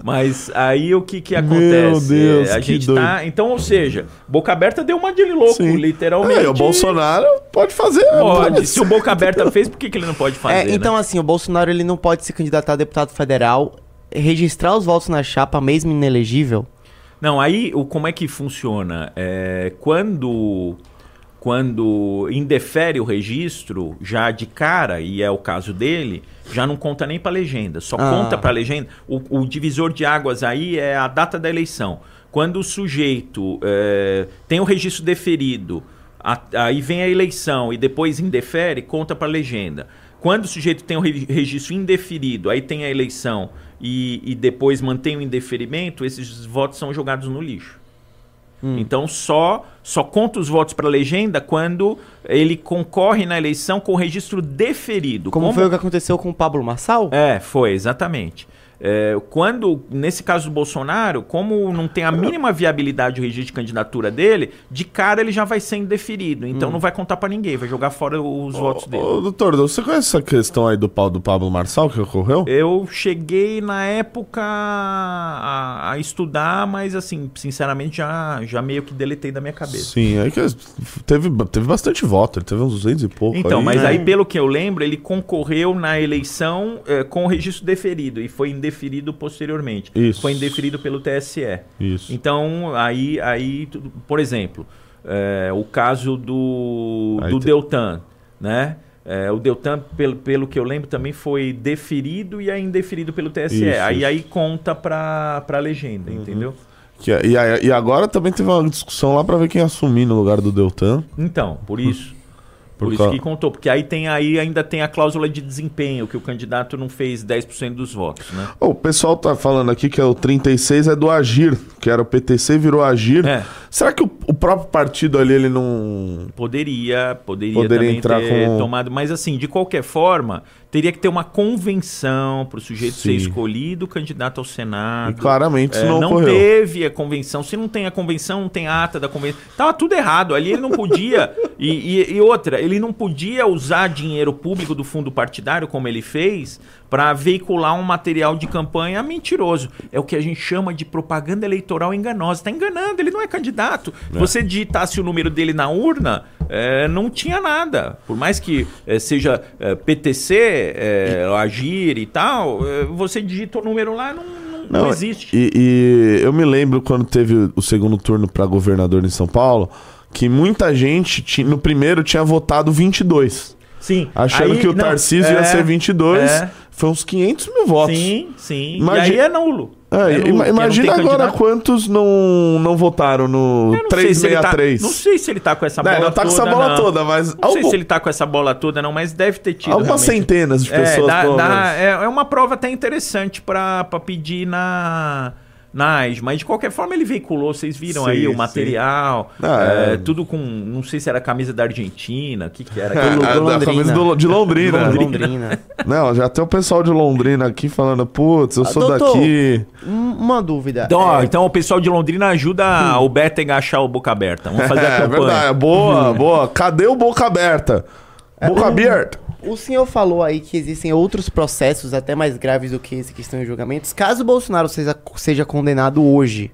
Mas aí o que que acontece? Meu Deus, É, a que gente doido. tá... Então, ou seja, Boca Aberta deu uma de louco, Sim. literalmente. É, o Bolsonaro pode fazer. Pode. Se o Boca Aberta fez, por que, que ele não pode fazer, É, então né? assim, o Bolsonaro ele não pode se candidatar a deputado federal, registrar os votos na chapa mesmo inelegível. Não, aí o, como é que funciona? É, quando, quando indefere o registro, já de cara, e é o caso dele, já não conta nem para legenda, só Ah. conta para legenda. O, o divisor de águas aí é a data da eleição. Quando o sujeito é, tem o registro deferido, a, aí vem a eleição e depois indefere, conta para legenda. Quando o sujeito tem o re- registro indeferido, aí tem a eleição e, e depois mantém o indeferimento, esses votos são jogados no lixo. Então só, só conta os votos para legenda quando ele concorre na eleição com o registro deferido. Como, foi o que aconteceu com o Pablo Marçal? É, foi, exatamente. É, quando, nesse caso do Bolsonaro, como não tem a mínima viabilidade o registro de candidatura dele, de cara ele já vai ser indeferido. Então não vai contar pra ninguém, vai jogar fora os votos dele. Ô, doutor, você conhece essa questão aí do pau do Pablo Marçal que ocorreu? Eu cheguei na época a, a estudar, mas assim, sinceramente já, já meio que deletei da minha cabeça. Sim, é que teve, teve bastante voto, ele teve uns duzentos e pouco. Então, aí, mas né? aí pelo que eu lembro, ele concorreu na eleição eh, com o registro deferido e foi indeferido posteriormente. Isso. Foi indeferido pelo T S E. Isso. Então, aí, aí tudo- por exemplo, eh, o caso do, Aí do te- Deltan, né? Eh, o Deltan, pelo, pelo que eu lembro, também foi deferido e é indeferido pelo T S E. Isso, aí, isso. aí conta para a legenda, entendeu? Que, e, aí- e agora também teve uma discussão lá pra ver quem ia assumir no lugar do Deltan. Então, por isso. Por Por, causa- isso que contou. Porque aí, tem, aí ainda tem a cláusula de desempenho, que o candidato não fez dez por cento dos votos, né? Ô, o pessoal tá falando aqui que é o trinta e seis é do Agir, que era o P T C, virou Agir. É. Será que o, o próprio partido ali, ele não... Poderia, poderia, Poderia também entrar ter com- tomado. Mas assim, de qualquer forma, teria que ter uma convenção para o sujeito ser Sim. escolhido candidato ao Senado. E claramente isso É, não não ocorreu. teve a convenção. Se não tem a convenção, não tem a ata da convenção. Tava tudo errado. Ali ele não podia. e, e- e outra, ele não podia usar dinheiro público do fundo partidário, como ele fez, para veicular um material de campanha mentiroso. É o que a gente chama de propaganda eleitoral enganosa. Está enganando, ele não é candidato. Se você digitasse o número dele na urna, é, não tinha nada. Por mais que é, seja é, P T C, é, Agir e tal, é, você digita o número lá, não, não, não existe. E, e eu me lembro quando teve o segundo turno pra governador em São Paulo, que muita gente ti- no primeiro tinha votado vinte e dois. Sim. Achando Aí, que o não, Tarcísio ia é, ser vinte e dois. é. Foi uns quinhentos mil votos. Sim, sim. Imagi- E aí é nulo. É, É nulo, ima- porque não imagina tem agora candidato. quantos não, não votaram no Eu não sei se ele tá- trezentos e sessenta e três. Não sei se ele tá com essa Não, bola não tá com toda. essa bola não. toda, mas Não sei algum- se ele tá com essa bola toda, não, mas deve ter tido. Algumas realmente. centenas de É, pessoas, dá- pelo dá- menos. é, é uma prova até interessante pra, pra pedir na. Na A I S, mas de qualquer forma ele veiculou, vocês viram Sim, aí o sim. material, Ah, é, é. tudo com, não sei se era a camisa da Argentina, o que que era? É, aquilo? a- do da Londrina. camisa do- de Londrina. De Londrina. Não, já tem o pessoal de Londrina aqui falando, putz, eu Ah, sou doutor, daqui. Um- Uma dúvida. Então, ó, É, então o pessoal de Londrina ajuda o Betting a achar o Boca Aberta. Vamos fazer a É campanha. verdade, boa, boa. Cadê o Boca Aberta? Boca Aberta. O senhor falou aí que existem outros processos até mais graves do que esse que estão em julgamentos. Caso o Bolsonaro seja, seja condenado hoje,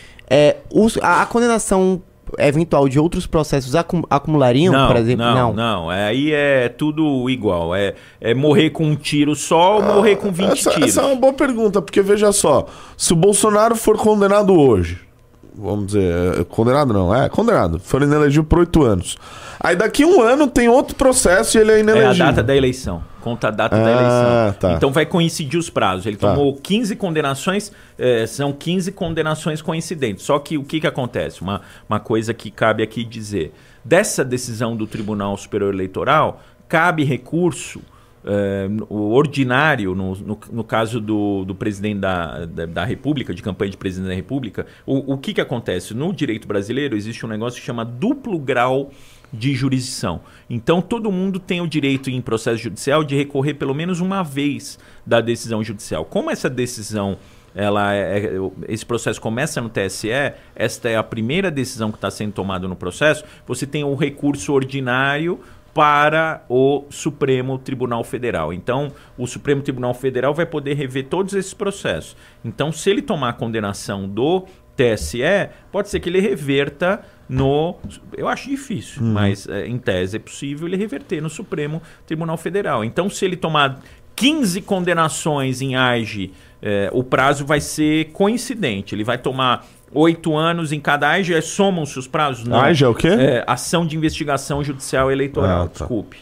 é, os- a, a condenação eventual de outros processos acu- acumulariam, Não, por exemplo? não, não, É, aí é tudo igual. É, é morrer com um tiro só ou morrer com vinte essa, tiros. essa é uma boa pergunta, porque veja só, se o Bolsonaro for condenado hoje, vamos dizer, é, condenado não, é, condenado, for inelegível por oito anos. Aí daqui um ano tem outro processo e ele é É a inelegível. data da eleição. Conta a data da Ah, eleição. tá. Então vai coincidir os prazos. Ele Tá. tomou quinze condenações, eh, são quinze condenações coincidentes. Só que o que, que acontece? Uma, uma coisa que cabe aqui dizer. Dessa decisão do Tribunal Superior Eleitoral, cabe recurso eh, o ordinário, no, no, no caso do, do presidente da, da, da República, de campanha de presidente da República. O, o que, que acontece? No direito brasileiro existe um negócio que chama duplo grau de jurisdição. Então, todo mundo tem o direito em processo judicial de recorrer pelo menos uma vez da decisão judicial. Como essa decisão, ela é, é- esse processo começa no T S E, esta é a primeira decisão que está sendo tomada no processo, você tem o recurso ordinário para o Supremo Tribunal Federal. Então, o Supremo Tribunal Federal vai poder rever todos esses processos. Então, se ele tomar a condenação do T S E, pode ser que ele reverta no... Eu acho difícil, uhum. mas é, em tese é possível ele reverter no Supremo Tribunal Federal. Então, se ele tomar quinze condenações em A G, é, o prazo vai ser coincidente. Ele vai tomar oito anos em cada A G, somam-se os prazos? Não. A G é o quê? É, Ação de Investigação Judicial Eleitoral, ah, tá. desculpe.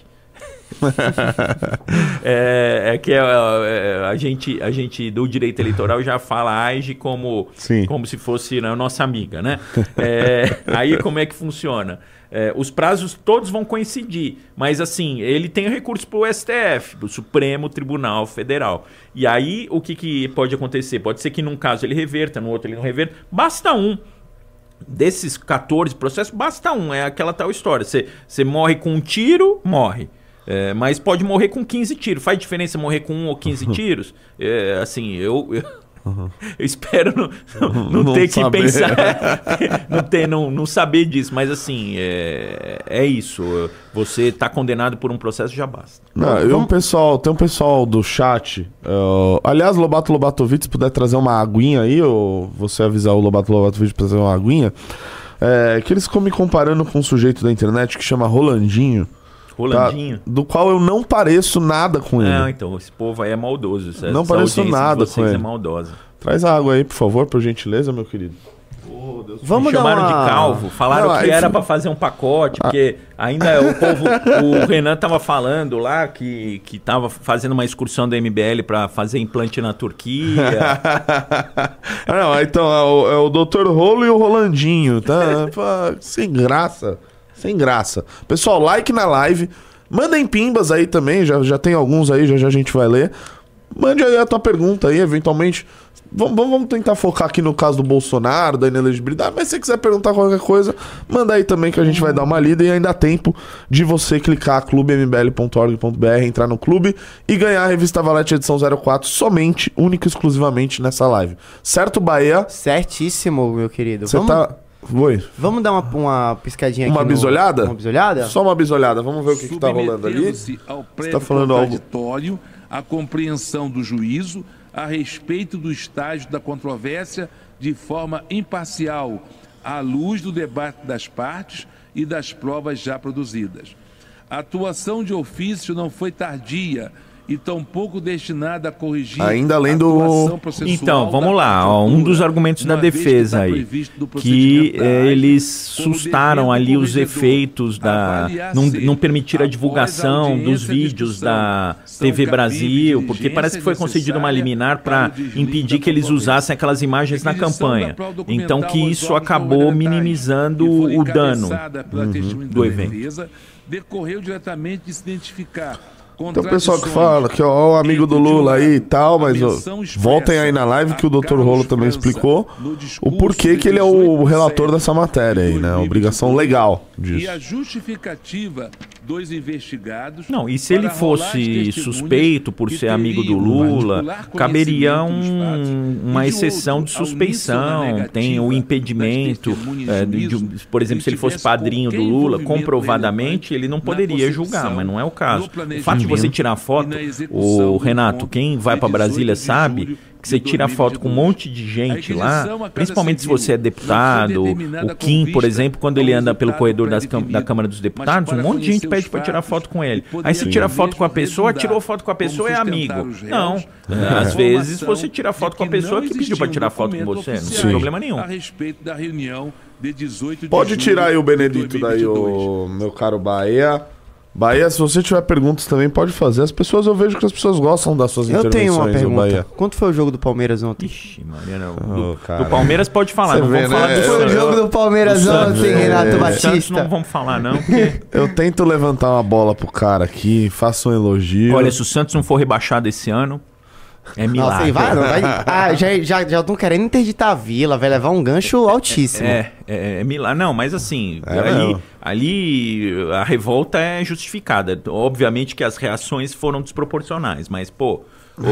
é, é que é, é, a, gente, a gente do direito eleitoral já fala a A G como, como se fosse, né, a nossa amiga, né? É, aí como é que funciona? É, os prazos todos vão coincidir, mas assim, ele tem recurso para o S T F, para o Supremo Tribunal Federal. E aí o que, que pode acontecer? Pode ser que num caso ele reverta, no outro ele não reverta. Basta um. Desses quatorze processos, basta um. É aquela tal história. Você morre com um tiro, morre. É, mas pode morrer com quinze tiros. Faz diferença morrer com um ou quinze tiros? É, assim, eu... eu... Uhum. Eu espero não, não, não, não ter saber. que pensar, não, ter, não, não saber disso, mas assim, é, é isso. Você está condenado por um processo, já basta. Não, eu, um pessoal, tem um pessoal do chat. Uh, aliás, Lobato Lobatovic, se puder trazer uma aguinha aí, ou você avisar o Lobato Lobatovic para trazer uma aguinha, é, que eles ficam me comparando com um sujeito da internet que chama Rolandinho. Rolandinho? Tá, do qual eu não pareço nada com ele. Não, então, esse povo aí é maldoso. Essa, não essa pareço nada com ele. É maldosa. Traz a água aí, por favor, por gentileza, meu querido. Oh, Deus. Vamos Me chamaram uma... de calvo, falaram não, que era foi... para fazer um pacote, ah. porque ainda o povo, o Renan tava falando lá que, que tava fazendo uma excursão da M B L para fazer implante na Turquia. Não, então é o, é o doutor Rolo e o Rolandinho, tá? Sem graça. Sem graça. Pessoal, like na live. Mandem pimbas aí também. Já, já tem alguns aí, já, já a gente vai ler. Mande aí a tua pergunta aí, eventualmente. Vamos, vamos tentar focar aqui no caso do Bolsonaro, da inelegibilidade. Mas se você quiser perguntar qualquer coisa, manda aí também que a gente vai dar uma lida. E ainda há tempo de você clicar clube m b l ponto org ponto b r, entrar no clube e ganhar a revista Valete edição zero quatro somente, única e exclusivamente nessa live. Certo, Bahia? Certíssimo, meu querido. Você vamos... tá... Oi. Vamos dar uma, uma piscadinha uma aqui. Bisolhada? No... Uma bisolhada? Só uma bisolhada. Vamos ver o que, que tá rolando ali. Ao Você tá falando algo? A compreensão do juízo a respeito do estágio da controvérsia de forma imparcial, à luz do debate das partes e das provas já produzidas. A atuação de ofício não foi tardia e tampouco destinada a corrigir ainda além do... a atuação processual. Então, vamos lá. Ó, um dos argumentos da defesa aí, que é, eles sustaram ali os efeitos da... Não, não permitir a divulgação dos vídeos da T V Brasil, porque parece que foi concedida uma liminar para impedir que eles usassem aquelas imagens na campanha. Então, que isso acabou minimizando o dano uhum, do evento. Decorreu diretamente de se identificar. Tem o pessoal que fala que ó, o amigo do Lula aí e tal, mas ó, voltem aí na live que o doutor Rolo também explicou o porquê que ele é o relator dessa matéria aí, né? A obrigação legal disso. E a justificativa dos investigados... Não, e se ele fosse suspeito por ser amigo do Lula, caberia um, uma exceção de suspeição, tem o impedimento, é, de, de, por exemplo, se ele fosse padrinho do Lula, comprovadamente ele não poderia julgar, mas não é o caso. O fato de você tirar foto, o Renato, quem vai para Brasília sabe que você tira foto com um monte de gente lá, principalmente se você é deputado, o Kim, por exemplo, quando ele anda pelo corredor das, da Câmara dos Deputados, um monte de gente pede para tirar foto com ele. Aí você tira foto com a pessoa, tirou foto com a pessoa, é amigo. Não, às vezes você tira foto com a pessoa que pediu para tirar foto com você, não tem problema nenhum. A respeito da reunião de dezoito de Pode tirar aí o Benedito daí, o meu caro Bahia. Bahia, se você tiver perguntas também, pode fazer. As pessoas, eu vejo que as pessoas gostam das suas eu intervenções. Eu tenho uma pergunta. Bahia. Quanto foi o jogo do Palmeiras ontem? Ixi, Mariana, do, oh, do Palmeiras pode falar, você não vê, vamos falar né? do Foi o jogo do Palmeiras do ontem, é, Renato Batista. Santos não vamos falar não, porque... Eu tento levantar uma bola pro cara aqui, faço um elogio. Olha, se o Santos não for rebaixado esse ano... É milagre. Nossa, vai, não, vai, ah, já já já estão querendo interditar a Vila, vai levar um gancho altíssimo. É, é, é milagre. Não, mas assim, é ali, ali a revolta é justificada. Obviamente que as reações foram desproporcionais, mas, pô,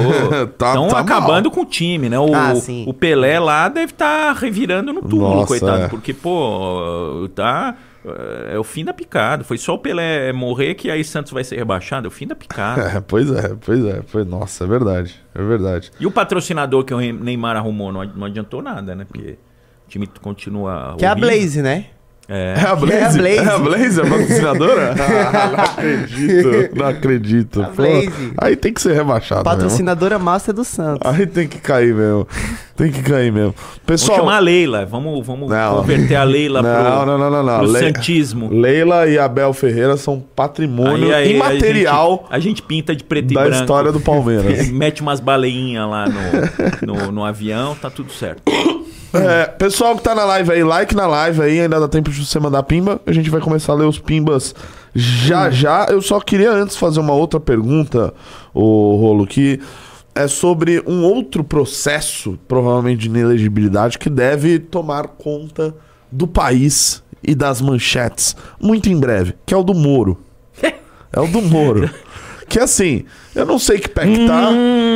estão tá, tá acabando mal. com o time, né? O, ah, o Pelé lá deve estar tá revirando no túmulo, Nossa, coitado, é. porque, pô, tá... É o fim da picada. Foi só o Pelé morrer que aí Santos vai ser rebaixado. É o fim da picada. É, pois é, pois é. Foi, nossa, é verdade. É verdade. E o patrocinador que o Neymar arrumou não, não adiantou nada, né? Porque o time continua... Que é a horrível. Blaze, né? É. É a Blaze? É a Blaze. É a Blaze, a patrocinadora? Ah, não acredito, não acredito. A Pô, Blaze. aí tem que ser rebaixado Patrocinadora master do Santos. mesmo. Aí tem que cair mesmo. Tem que cair mesmo. Pessoal... Vamos chamar a Leila. Vamos, vamos Não. converter a Leila Não, pro, não, não, não, não. pro Le- santismo. Leila e Abel Ferreira são patrimônio Aí, aí, imaterial A gente, a gente pinta de preto e da branco. história do Palmeiras. Mete umas baleinhas lá no, no, no avião, tá tudo certo. É, pessoal que tá na live aí, like na live aí, ainda dá tempo de você mandar pimba. A gente vai começar a ler os pimbas já já. Eu só queria antes fazer uma outra pergunta, o Rolo, que é sobre um outro processo, provavelmente de inelegibilidade, que deve tomar conta do país e das manchetes muito em breve, que é o do Moro. É o do Moro. Que assim, eu não sei que pé que tá.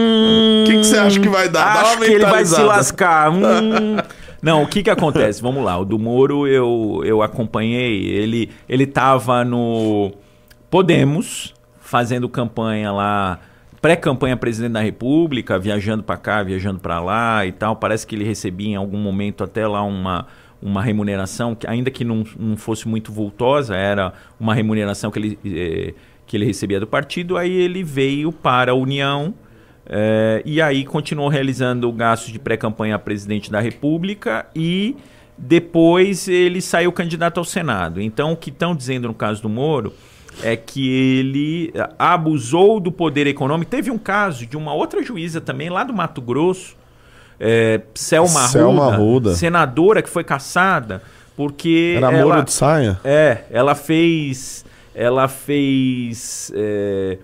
O que que você acha que vai dar? Dá Acho uma que ele vai se mentalizada. lascar. Hum. Não, o que que acontece? Vamos lá. O do Moro eu, eu acompanhei. Ele, ele tava no Podemos, fazendo campanha lá, pré-campanha presidente da República, viajando pra cá, viajando pra lá e tal. Parece que ele recebia em algum momento até lá uma... uma remuneração, que ainda que não, não fosse muito vultosa, era uma remuneração que ele, eh, que ele recebia do partido, aí ele veio para a União eh, e aí continuou realizando gastos de pré-campanha a presidente da República e depois ele saiu candidato ao Senado. Então o que estão dizendo no caso do Moro é que ele abusou do poder econômico. Teve um caso de uma outra juíza também, lá do Mato Grosso, É, Selma, Selma Arruda, Arruda, senadora que foi caçada porque Era ela, Moro de saia? é, ela fez ela fez é,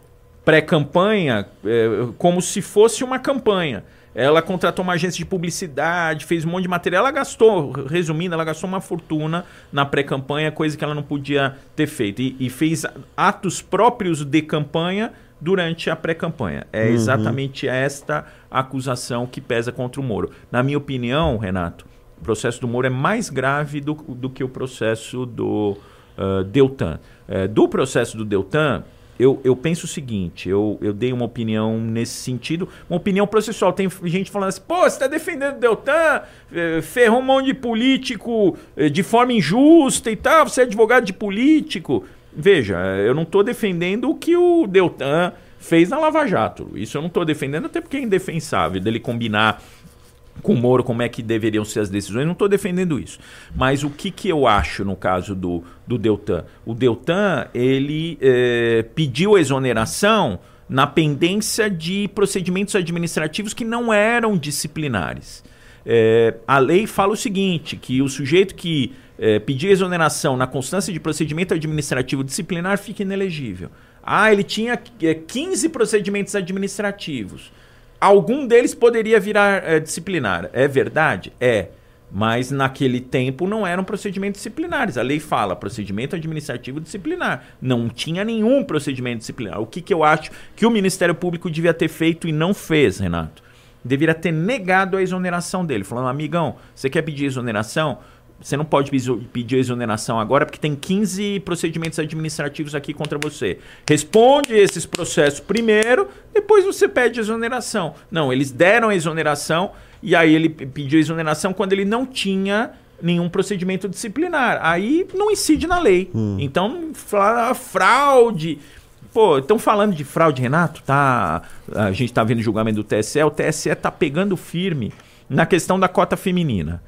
pré-campanha é, como se fosse uma campanha. Ela contratou uma agência de publicidade, fez um monte de material, ela gastou, resumindo, ela gastou uma fortuna na pré-campanha, coisa que ela não podia ter feito, e, e fez atos próprios de campanha durante a pré-campanha. É Uhum. exatamente esta acusação que pesa contra o Moro. Na minha opinião, Renato, o processo do Moro é mais grave do, do que o processo do uh, Deltan. Uh, do processo do Deltan, eu, eu penso o seguinte, eu, eu dei uma opinião nesse sentido, uma opinião processual. Tem gente falando assim, pô, você está defendendo o Deltan, eh, ferrou um monte de político eh, de forma injusta e tal, você é advogado de político. Veja, eu não estou defendendo o que o Deltan fez na Lava Jato. Isso eu não estou defendendo, até porque é indefensável dele combinar com o Moro como é que deveriam ser as decisões. Não estou defendendo isso. Mas o que, que eu acho no caso do, do Deltan? O Deltan, ele é, pediu exoneração na pendência de procedimentos administrativos que não eram disciplinares. É, a lei fala o seguinte, que o sujeito que é, pedir exoneração na constância de procedimento administrativo disciplinar fica inelegível. Ah, ele tinha é, quinze procedimentos administrativos. Algum deles poderia virar é, disciplinar. É verdade? É. Mas naquele tempo não eram procedimentos disciplinares. A lei fala procedimento administrativo disciplinar. Não tinha nenhum procedimento disciplinar. O que, que eu acho que o Ministério Público devia ter feito e não fez, Renato? Deveria ter negado a exoneração dele. Falando, amigão, você quer pedir exoneração? Você não pode pedir exoneração agora porque tem quinze procedimentos administrativos aqui contra você. Responde esses processos primeiro, depois você pede exoneração. Não, eles deram a exoneração e aí ele pediu exoneração quando ele não tinha nenhum procedimento disciplinar. Aí não incide na lei. Hum. Então, fala fraude. Pô, estão falando de fraude, Renato? Tá, a gente está vendo o julgamento do T S E. O T S E está pegando firme na questão da cota feminina.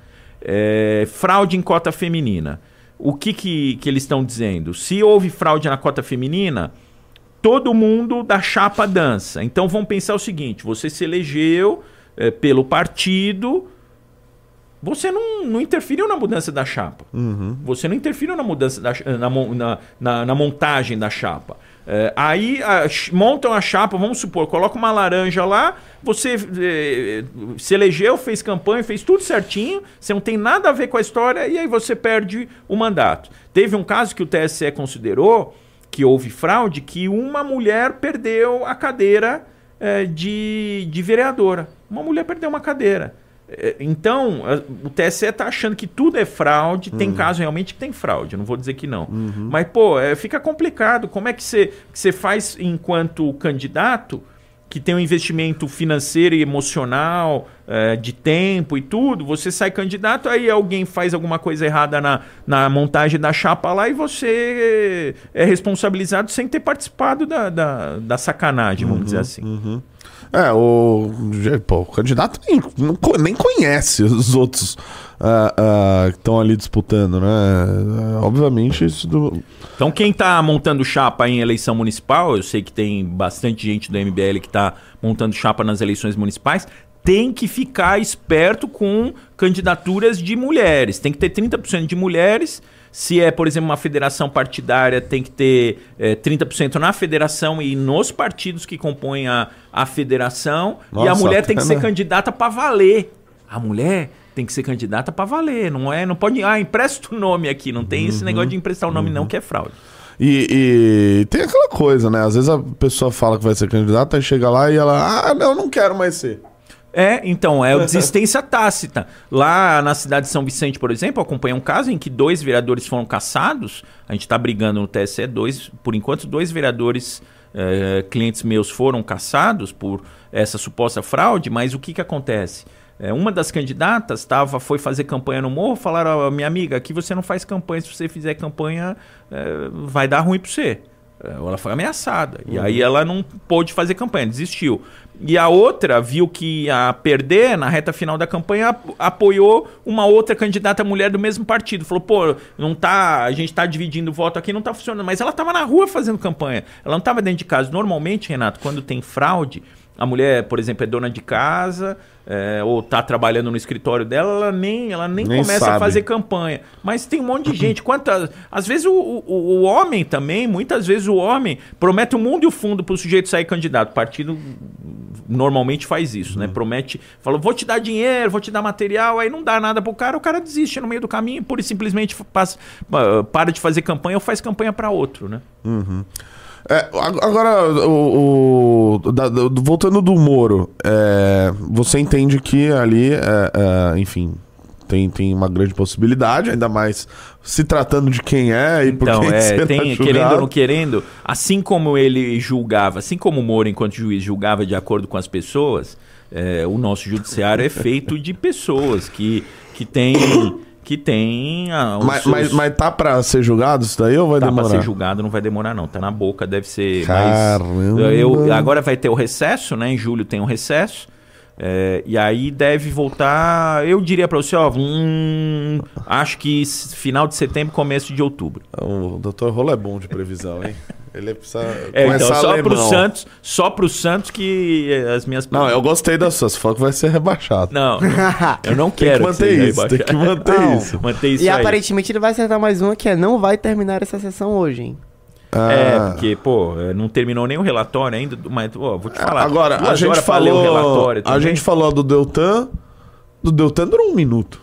É, fraude em cota feminina. O que, que, que eles estão dizendo? Se houve fraude na cota feminina, todo mundo da chapa dança. Então vamos pensar o seguinte, você se elegeu é, pelo partido, você não, não interferiu na mudança da chapa. Uhum. Você não interferiu na mudança da, na, na, na, na montagem da chapa. É, aí a, montam a chapa, vamos supor, coloca uma laranja lá, você é, se elegeu, fez campanha, fez tudo certinho, você não tem nada a ver com a história e aí você perde o mandato. Teve um caso que o T S E considerou que houve fraude, que uma mulher perdeu a cadeira é, de, de vereadora. Uma mulher perdeu uma cadeira. Então, o T S E tá achando que tudo é fraude. Tem Uhum. caso realmente que tem fraude, não vou dizer que não. Uhum. Mas, pô, é, fica complicado. Como é que você que você faz enquanto candidato, que tem um investimento financeiro e emocional, é, de tempo e tudo, você sai candidato, aí alguém faz alguma coisa errada na, na montagem da chapa lá e você é responsabilizado sem ter participado da, da, da sacanagem, vamos Uhum, dizer assim. Uhum. É, o, pô, o candidato nem, não co- nem conhece os outros ah, ah, que estão ali disputando, né? Ah, obviamente isso do... Então quem está montando chapa em eleição municipal, eu sei que tem bastante gente do M B L que está montando chapa nas eleições municipais, tem que ficar esperto com candidaturas de mulheres. Tem que ter trinta por cento de mulheres. Se é, por exemplo, uma federação partidária, tem que ter é, trinta por cento na federação e nos partidos que compõem a, a federação. Nossa, e a mulher tem que até, ser né? candidata para valer. A mulher tem que ser candidata para valer. Não é, não pode... Ah, empresta o nome aqui. Não tem esse negócio de emprestar o nome não, que é fraude. E, e tem aquela coisa, né? Às vezes a pessoa fala que vai ser candidata, aí chega lá e ela, ah, não, não quero mais ser. É, então, é a desistência tácita. Lá na cidade de São Vicente, por exemplo, eu acompanhei um caso em que dois vereadores foram cassados. A gente está brigando no T S E, dois, por enquanto, dois vereadores, eh, clientes meus, foram cassados por essa suposta fraude, mas o que, que acontece? É, uma das candidatas tava, foi fazer campanha no Morro, falaram, ó, minha amiga, aqui você não faz campanha, se você fizer campanha, eh, vai dar ruim para você. Ela foi ameaçada. Uhum. E aí ela não pôde fazer campanha, desistiu. E a outra viu que ia perder na reta final da campanha, ap- apoiou uma outra candidata mulher do mesmo partido. Falou, pô, não tá, a gente tá dividindo o voto aqui, não tá funcionando. Mas ela tava na rua fazendo campanha. Ela não tava dentro de casa. Normalmente, Renato, quando tem fraude, a mulher, por exemplo, é dona de casa, é, ou tá trabalhando no escritório dela, ela nem, ela nem, Nem começa sabe. a fazer campanha. Mas tem um monte de gente. Quantas, às vezes o, o, o homem também, muitas vezes o homem promete o mundo e o fundo pro sujeito sair candidato. O partido normalmente faz isso, né? Promete, fala, vou te dar dinheiro, vou te dar material, aí não dá nada pro cara, o cara desiste no meio do caminho, pura e simplesmente passa, para de fazer campanha ou faz campanha para outro, né? Uhum. É, agora, o, o- da- do- voltando do Moro, é, você entende que ali, é, é, enfim, tem, tem uma grande possibilidade, ainda mais se tratando de quem é e por Então, quem é, será tem, julgado. querendo ou não querendo, assim como ele julgava, assim como o Moro, enquanto juiz, julgava de acordo com as pessoas, é, o nosso judiciário é feito de pessoas que, que têm... Que tem ah, os Mas, seus... mas, mas tá pra ser julgado isso daí ou vai Tá demorar? pra ser julgado, não vai demorar não. Tá na boca, deve ser Caramba. mais... Eu, agora vai ter o recesso, né? Em julho tem o recesso. É, e aí deve voltar... Eu diria pra você, ó... Hum, acho que final de setembro, começo de outubro. O doutor Rolo é bom de previsão, hein? Ele precisa É, então, começar só alemão. pro Santos, só pro Santos que as minhas... Não, eu gostei das suas. Você falou que vai ser rebaixado. Não, não, eu não Tem quero que manter seja isso, tem rebaixado. que manter Não. isso. Manter isso E aí. aparentemente ele vai acertar mais uma, que é não vai terminar essa sessão hoje, hein? É, Ah. porque, pô, não terminou nem o relatório ainda, mas, ó, vou te falar. Agora, duas a gente horas pra ler falou. o relatório A também. gente falou do Deltan. Do Deltan durou um minuto.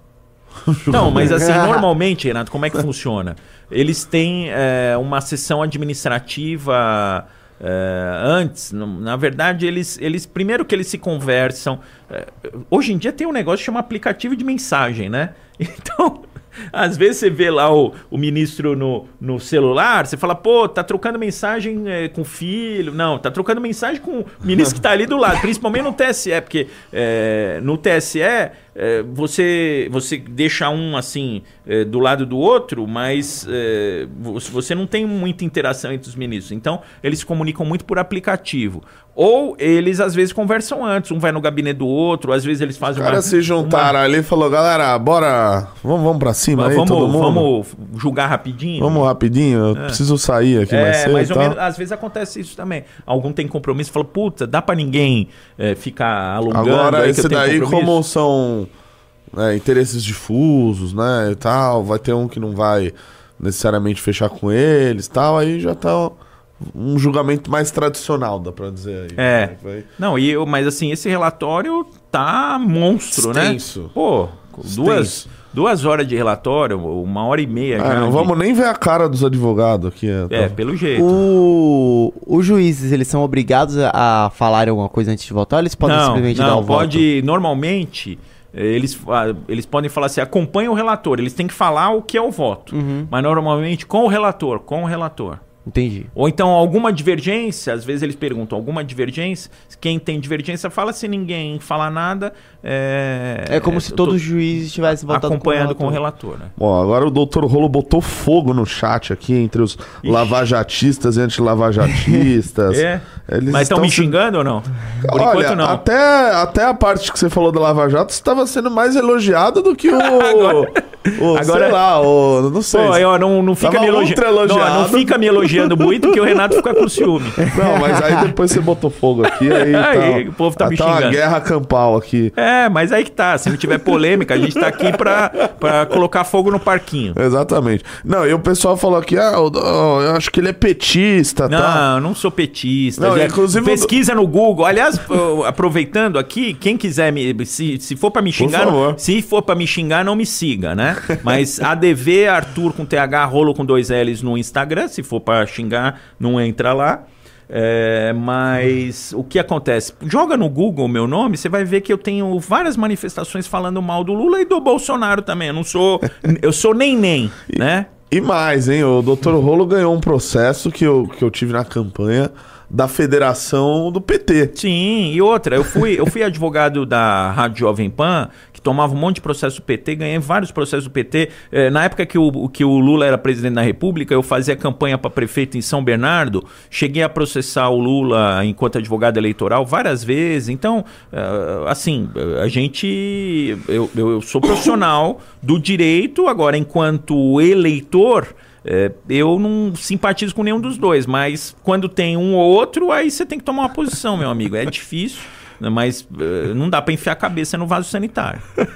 Não, mas assim, normalmente, Renato, como é que funciona? Eles têm é, uma sessão administrativa é, antes. no- Na verdade, eles, eles. Primeiro que eles se conversam. é, hoje em dia tem um negócio que chama aplicativo de mensagem, né? Então. Às vezes você vê lá o, o ministro no, no celular, você fala, pô, tá trocando mensagem é, com o filho. Não, tá trocando mensagem com o ministro que tá ali do lado, principalmente no T S E, porque é, no T S E é, você, você deixa um assim é, do lado do outro, mas é, você não tem muita interação entre os ministros. Então, eles se comunicam muito por aplicativo. Ou eles às vezes conversam antes, um vai no gabinete do outro, às vezes eles Os fazem caras uma, se juntaram uma- ali e falou, galera, bora. Vamos, vamos pra cima aí, vamos, todo mundo. vamos julgar rapidinho. Vamos rapidinho, eu preciso sair aqui mais É, cedo. mais e ou tal. menos, às vezes acontece isso também. Algum tem compromisso e fala, puta, dá pra ninguém é, ficar alongando. Agora, aí que esse eu tenho daí, compromisso? como são né, interesses difusos, né, e tal, vai ter um que não vai necessariamente fechar com eles e tal, aí já tá um julgamento mais tradicional, dá pra dizer aí. É. né, vai- Não, e eu, mas assim, esse relatório tá monstro, Extenso. né? Pô, duas, Duas horas de relatório, uma hora e meia. É, já não de... vamos nem ver a cara dos advogados aqui. É, pelo jeito. O... Os juízes, eles são obrigados a falar alguma coisa antes de votar ou eles podem não, simplesmente não, dar o pode, voto? Normalmente, eles, eles podem falar assim, acompanha o relator. Eles têm que falar o que é o voto. Uhum. Mas normalmente com o relator, com o relator. Entendi. Ou então alguma divergência, às vezes eles perguntam alguma divergência, quem tem divergência fala, se ninguém falar nada... É, É como se todos os juízes tivessem votado acompanhando com o relator, com o relator, né? Bom, agora o doutor Rolo botou fogo no chat aqui entre os Ixi. lavajatistas e anti-lavajatistas. É? Eles Mas estão me se- xingando ou não? Por Olha, enquanto não. Até, até a parte que você falou da Lava Jato estava sendo mais elogiada do que o. Agora- o agora- sei lá, o. Não sei. Pô, eu, não, não fica Tava me elogiando. ultra Não, elogiado. não fica me elogiando muito que o Renato fica com ciúme. Não, mas aí depois você botou fogo aqui, aí. Aí, tá, o povo tá me tá uma xingando. guerra campal aqui. É, mas aí que tá. Se não tiver polêmica, a gente tá aqui pra, pra colocar fogo no parquinho. Exatamente. Não, e o pessoal falou aqui, ah, eu, eu acho que ele é petista, Não, tá? eu não sou petista. Não, Já- inclusive- pesquisa no Google. Aliás, eu- aproveitando aqui, quem quiser me. Se, se for pra me xingar, favor. não- se for pra me xingar, não me siga, né? Mas A D V Arthur com T H, Rolo com dois L's no Instagram. Se for pra xingar, não entra lá. É, mas o que acontece? Joga no Google o meu nome, você vai ver que eu tenho várias manifestações falando mal do Lula e do Bolsonaro também. Eu não sou. Eu sou nem nem, né? E mais, hein? O doutor Rolo ganhou um processo que eu, que eu tive na campanha da federação do P T. Sim, e outra, eu fui, eu fui advogado da Rádio Jovem Pan, que tomava um monte de processo do P T, ganhei vários processos do P T. Eh, na época que o, que o Lula era presidente da República, eu fazia campanha para prefeito em São Bernardo, cheguei a processar o Lula enquanto advogado eleitoral várias vezes. Então, eh, assim, a gente... Eu, eu, eu sou profissional do direito, agora, enquanto eleitor... É, eu não simpatizo com nenhum dos dois, mas quando tem um ou outro, aí você tem que tomar uma posição, meu amigo. É difícil, né, mas uh, não dá pra enfiar a cabeça no vaso sanitário.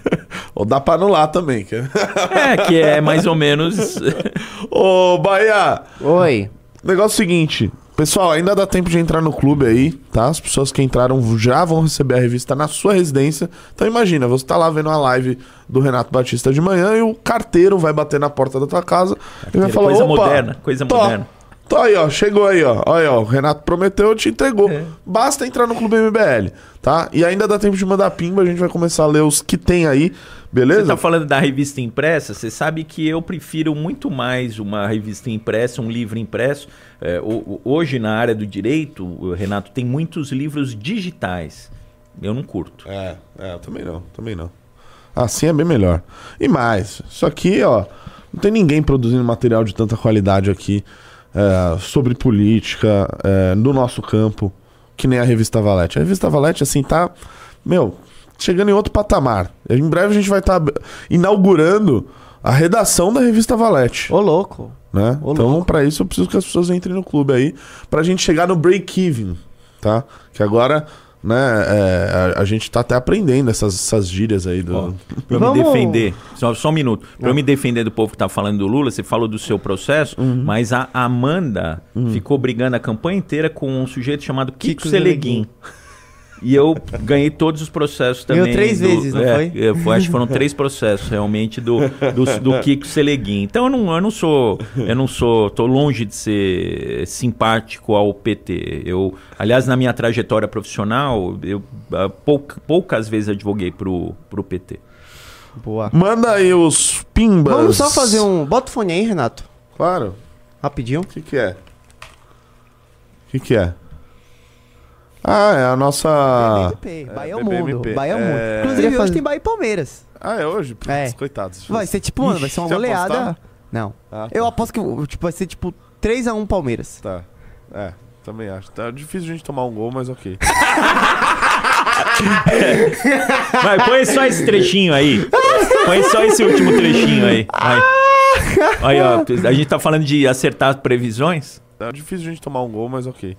Ou dá pra anular também. Que... É, que é mais ou menos... Ô, Bahia! Oi. Negócio seguinte, pessoal, ainda dá tempo de entrar no clube aí, tá? As pessoas que entraram já vão receber a revista na sua residência. Então imagina, você tá lá vendo a live do Renato Batista de manhã e o carteiro vai bater na porta da tua casa e vai falar, coisa opa, moderna, coisa tô, moderna. Tô aí, ó, chegou aí, ó. Olha, ó, o Renato prometeu, te entregou. É. Basta entrar no Clube M B L, tá? E ainda dá tempo de mandar pimba, a gente vai começar a ler os que tem aí, beleza? Você tá falando da revista impressa, você sabe que eu prefiro muito mais uma revista impressa, um livro impresso. É, o- o- hoje, na área do direito, o Renato, tem muitos livros digitais. Eu não curto. É, é, eu também não, também não. Assim é bem melhor. E mais, isso aqui, ó, não tem ninguém produzindo material de tanta qualidade aqui é, sobre política, é, no nosso campo, que nem a Revista Valete. A Revista Valete, assim, tá, meu, chegando em outro patamar. Em breve a gente vai estar inaugurando a redação da Revista Valete. Ô, louco. Né? Ô, Então, louco. pra isso, eu preciso que as pessoas entrem no clube aí, pra gente chegar no break-even, tá? Que agora, né, é, a, a gente tá até aprendendo essas, essas gírias aí do... Ó, pra eu Vamos- me defender, só, só um minuto. Pra eu me defender do povo que tá falando do Lula, você falou do seu processo, mas a Amanda ficou brigando a campanha inteira com um sujeito chamado Kiko, Kiko Seleguin. E eu ganhei todos os processos também. Ganhou três do- vezes, não é, foi? é, foi? Acho que foram três processos realmente do, do, do Kiko Seleguin. Então eu não, eu não sou, eu não sou, tô longe de ser simpático ao P T. Eu, aliás, na minha trajetória profissional, eu ah, pouca- poucas vezes advoguei pro, pro P T. Boa. Manda aí os pimbas. Vamos só fazer um... Bota o fone aí, Renato. Claro. Rapidinho. O que que é? O que que é? Ah, é a nossa... B B M P. Bahia é o B B M mundo. P. Bahia é o É. mundo. Inclusive, hoje fazer- tem Bahia e Palmeiras. Ah, é hoje? Putz, É. coitados. Vai ser tipo, mano, vai ser uma Ixi, goleada. apostar? Não. Ah, tá. Eu aposto que tipo, vai ser tipo três a um Palmeiras. Tá. É, também acho. Tá difícil a gente tomar um gol, mas ok. Vai, põe só esse trechinho aí. Põe só esse último trechinho aí. Vai. Aí, ó, a gente tá falando de acertar as previsões. Tá difícil a gente tomar um gol, mas ok.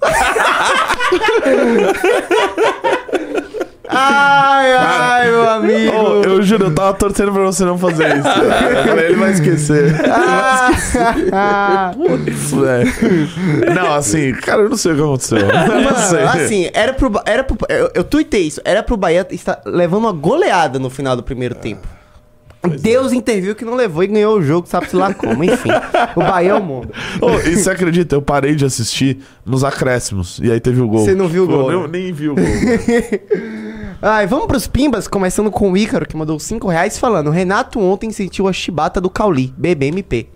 Ai, ai, meu amigo. Ô, eu juro, eu tava torcendo pra você não fazer isso. Ele vai esquecer. Ah, Putz, velho. Não, assim, cara, eu não sei o que aconteceu. Eu não mano, sei. assim, era pro, Ba- era pro. Eu, eu tuitei isso. Era pro Bahia estar levando uma goleada no final do primeiro tempo. Deus interviu que não levou e ganhou o jogo, sabe-se lá como. Enfim, o Bahia é o mundo. Oh, e você acredita, eu parei de assistir nos acréscimos. E aí teve o gol. Você não viu o gol? Eu né? nem vi o gol. Ai, vamos pros pimbas, começando com o Ícaro, que mandou cinco reais, falando: Renato ontem sentiu a chibata do Cauli, B B M P.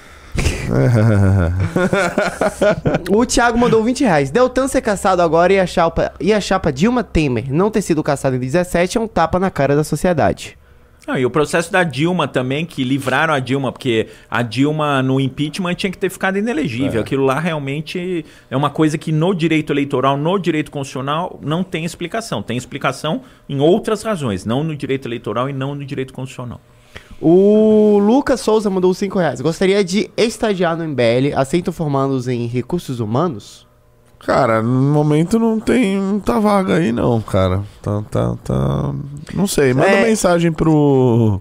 O Thiago mandou vinte reais. Deltan ser caçado agora e a, chapa, e a chapa Dilma Temer não ter sido caçado em dezessete é um tapa na cara da sociedade. Ah, e o processo da Dilma também, que livraram a Dilma, porque a Dilma no impeachment tinha que ter ficado inelegível. É. Aquilo lá realmente é uma coisa que no direito eleitoral, no direito constitucional, não tem explicação. Tem explicação em outras razões, não no direito eleitoral e não no direito constitucional. O Lucas Souza mandou cinco reais. Gostaria de estagiar no M B L, aceito formandos em recursos humanos? Cara, no momento não tem muita vaga aí não, cara. Tá, tá, tá... Não sei, manda é... mensagem pro...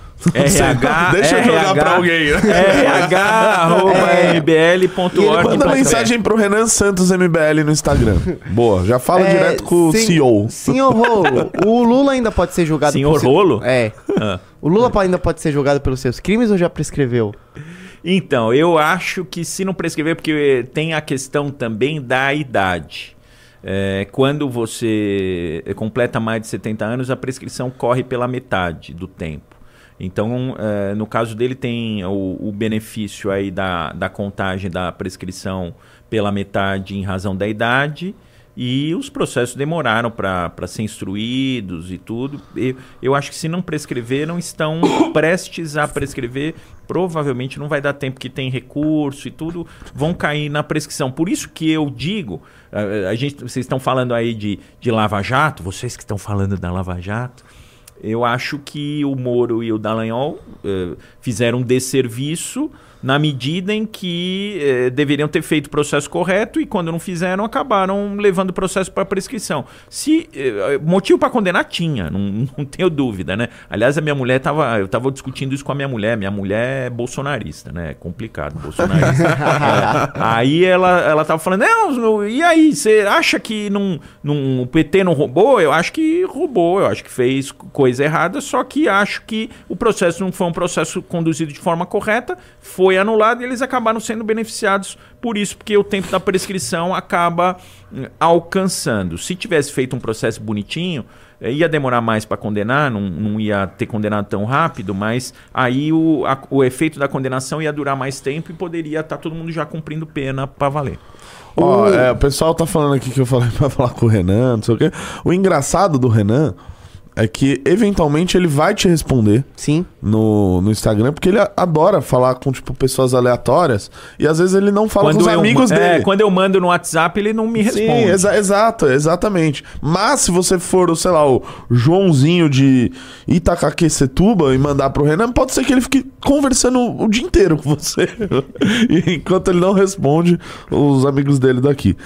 R H, deixa eu R H, jogar pra alguém. R H arroba m b l ponto org. Manda mensagem pro Renan Santos M B L no Instagram. Boa, já fala é, direto com sim, o C E O. Senhor Rolo, o Lula ainda pode ser julgado... Senhor por... Rolo? É. Ah. O Lula ainda pode ser julgado pelos seus crimes ou já prescreveu? Então, eu acho que se não prescrever, porque tem a questão também da idade. É, quando você completa mais de setenta anos, a prescrição corre pela metade do tempo. Então, é, no caso dele, tem o, o benefício aí da, da contagem da prescrição pela metade em razão da idade. E os processos demoraram para ser instruídos e tudo. Eu, eu acho que se não prescreveram, estão prestes a prescrever. Provavelmente não vai dar tempo, que tem recurso e tudo, vão cair na prescrição. Por isso que eu digo, a, a gente, vocês estão falando aí de, de Lava Jato, vocês que estão falando da Lava Jato, eu acho que o Moro e o Dallagnol uh, fizeram um desserviço na medida em que eh, deveriam ter feito o processo correto e quando não fizeram, acabaram levando o processo para prescrição. Se eh, motivo para condenar tinha, não, não tenho dúvida, né? Aliás, a minha mulher tava, eu estava discutindo isso com a minha mulher. Minha mulher é bolsonarista, né? É complicado, bolsonarista. é, aí ela, ela tava falando, não, e aí, você acha que não, não, o P T não roubou? Eu acho que roubou, eu acho que fez coisa errada, só que acho que o processo não foi um processo conduzido de forma correta, foi anulado e eles acabaram sendo beneficiados por isso, porque o tempo da prescrição acaba hum, alcançando. Se tivesse feito um processo bonitinho, eh, ia demorar mais para condenar, não, não ia ter condenado tão rápido, mas aí o, a, o efeito da condenação ia durar mais tempo e poderia estar tá todo mundo já cumprindo pena para valer. Ó, o... É, o pessoal tá falando aqui que eu falei para falar com o Renan, não sei o quê. O engraçado do Renan é que, eventualmente, ele vai te responder. Sim. No, no Instagram, porque ele adora falar com, tipo, pessoas aleatórias. E, às vezes, ele não fala quando com os eu, amigos é, dele. Quando eu mando no WhatsApp, ele não me responde. Sim, exa exato, exatamente. Mas, se você for, sei lá, o Joãozinho de Itacaquecetuba e mandar pro Renan, pode ser que ele fique conversando o dia inteiro com você. Enquanto ele não responde os amigos dele daqui.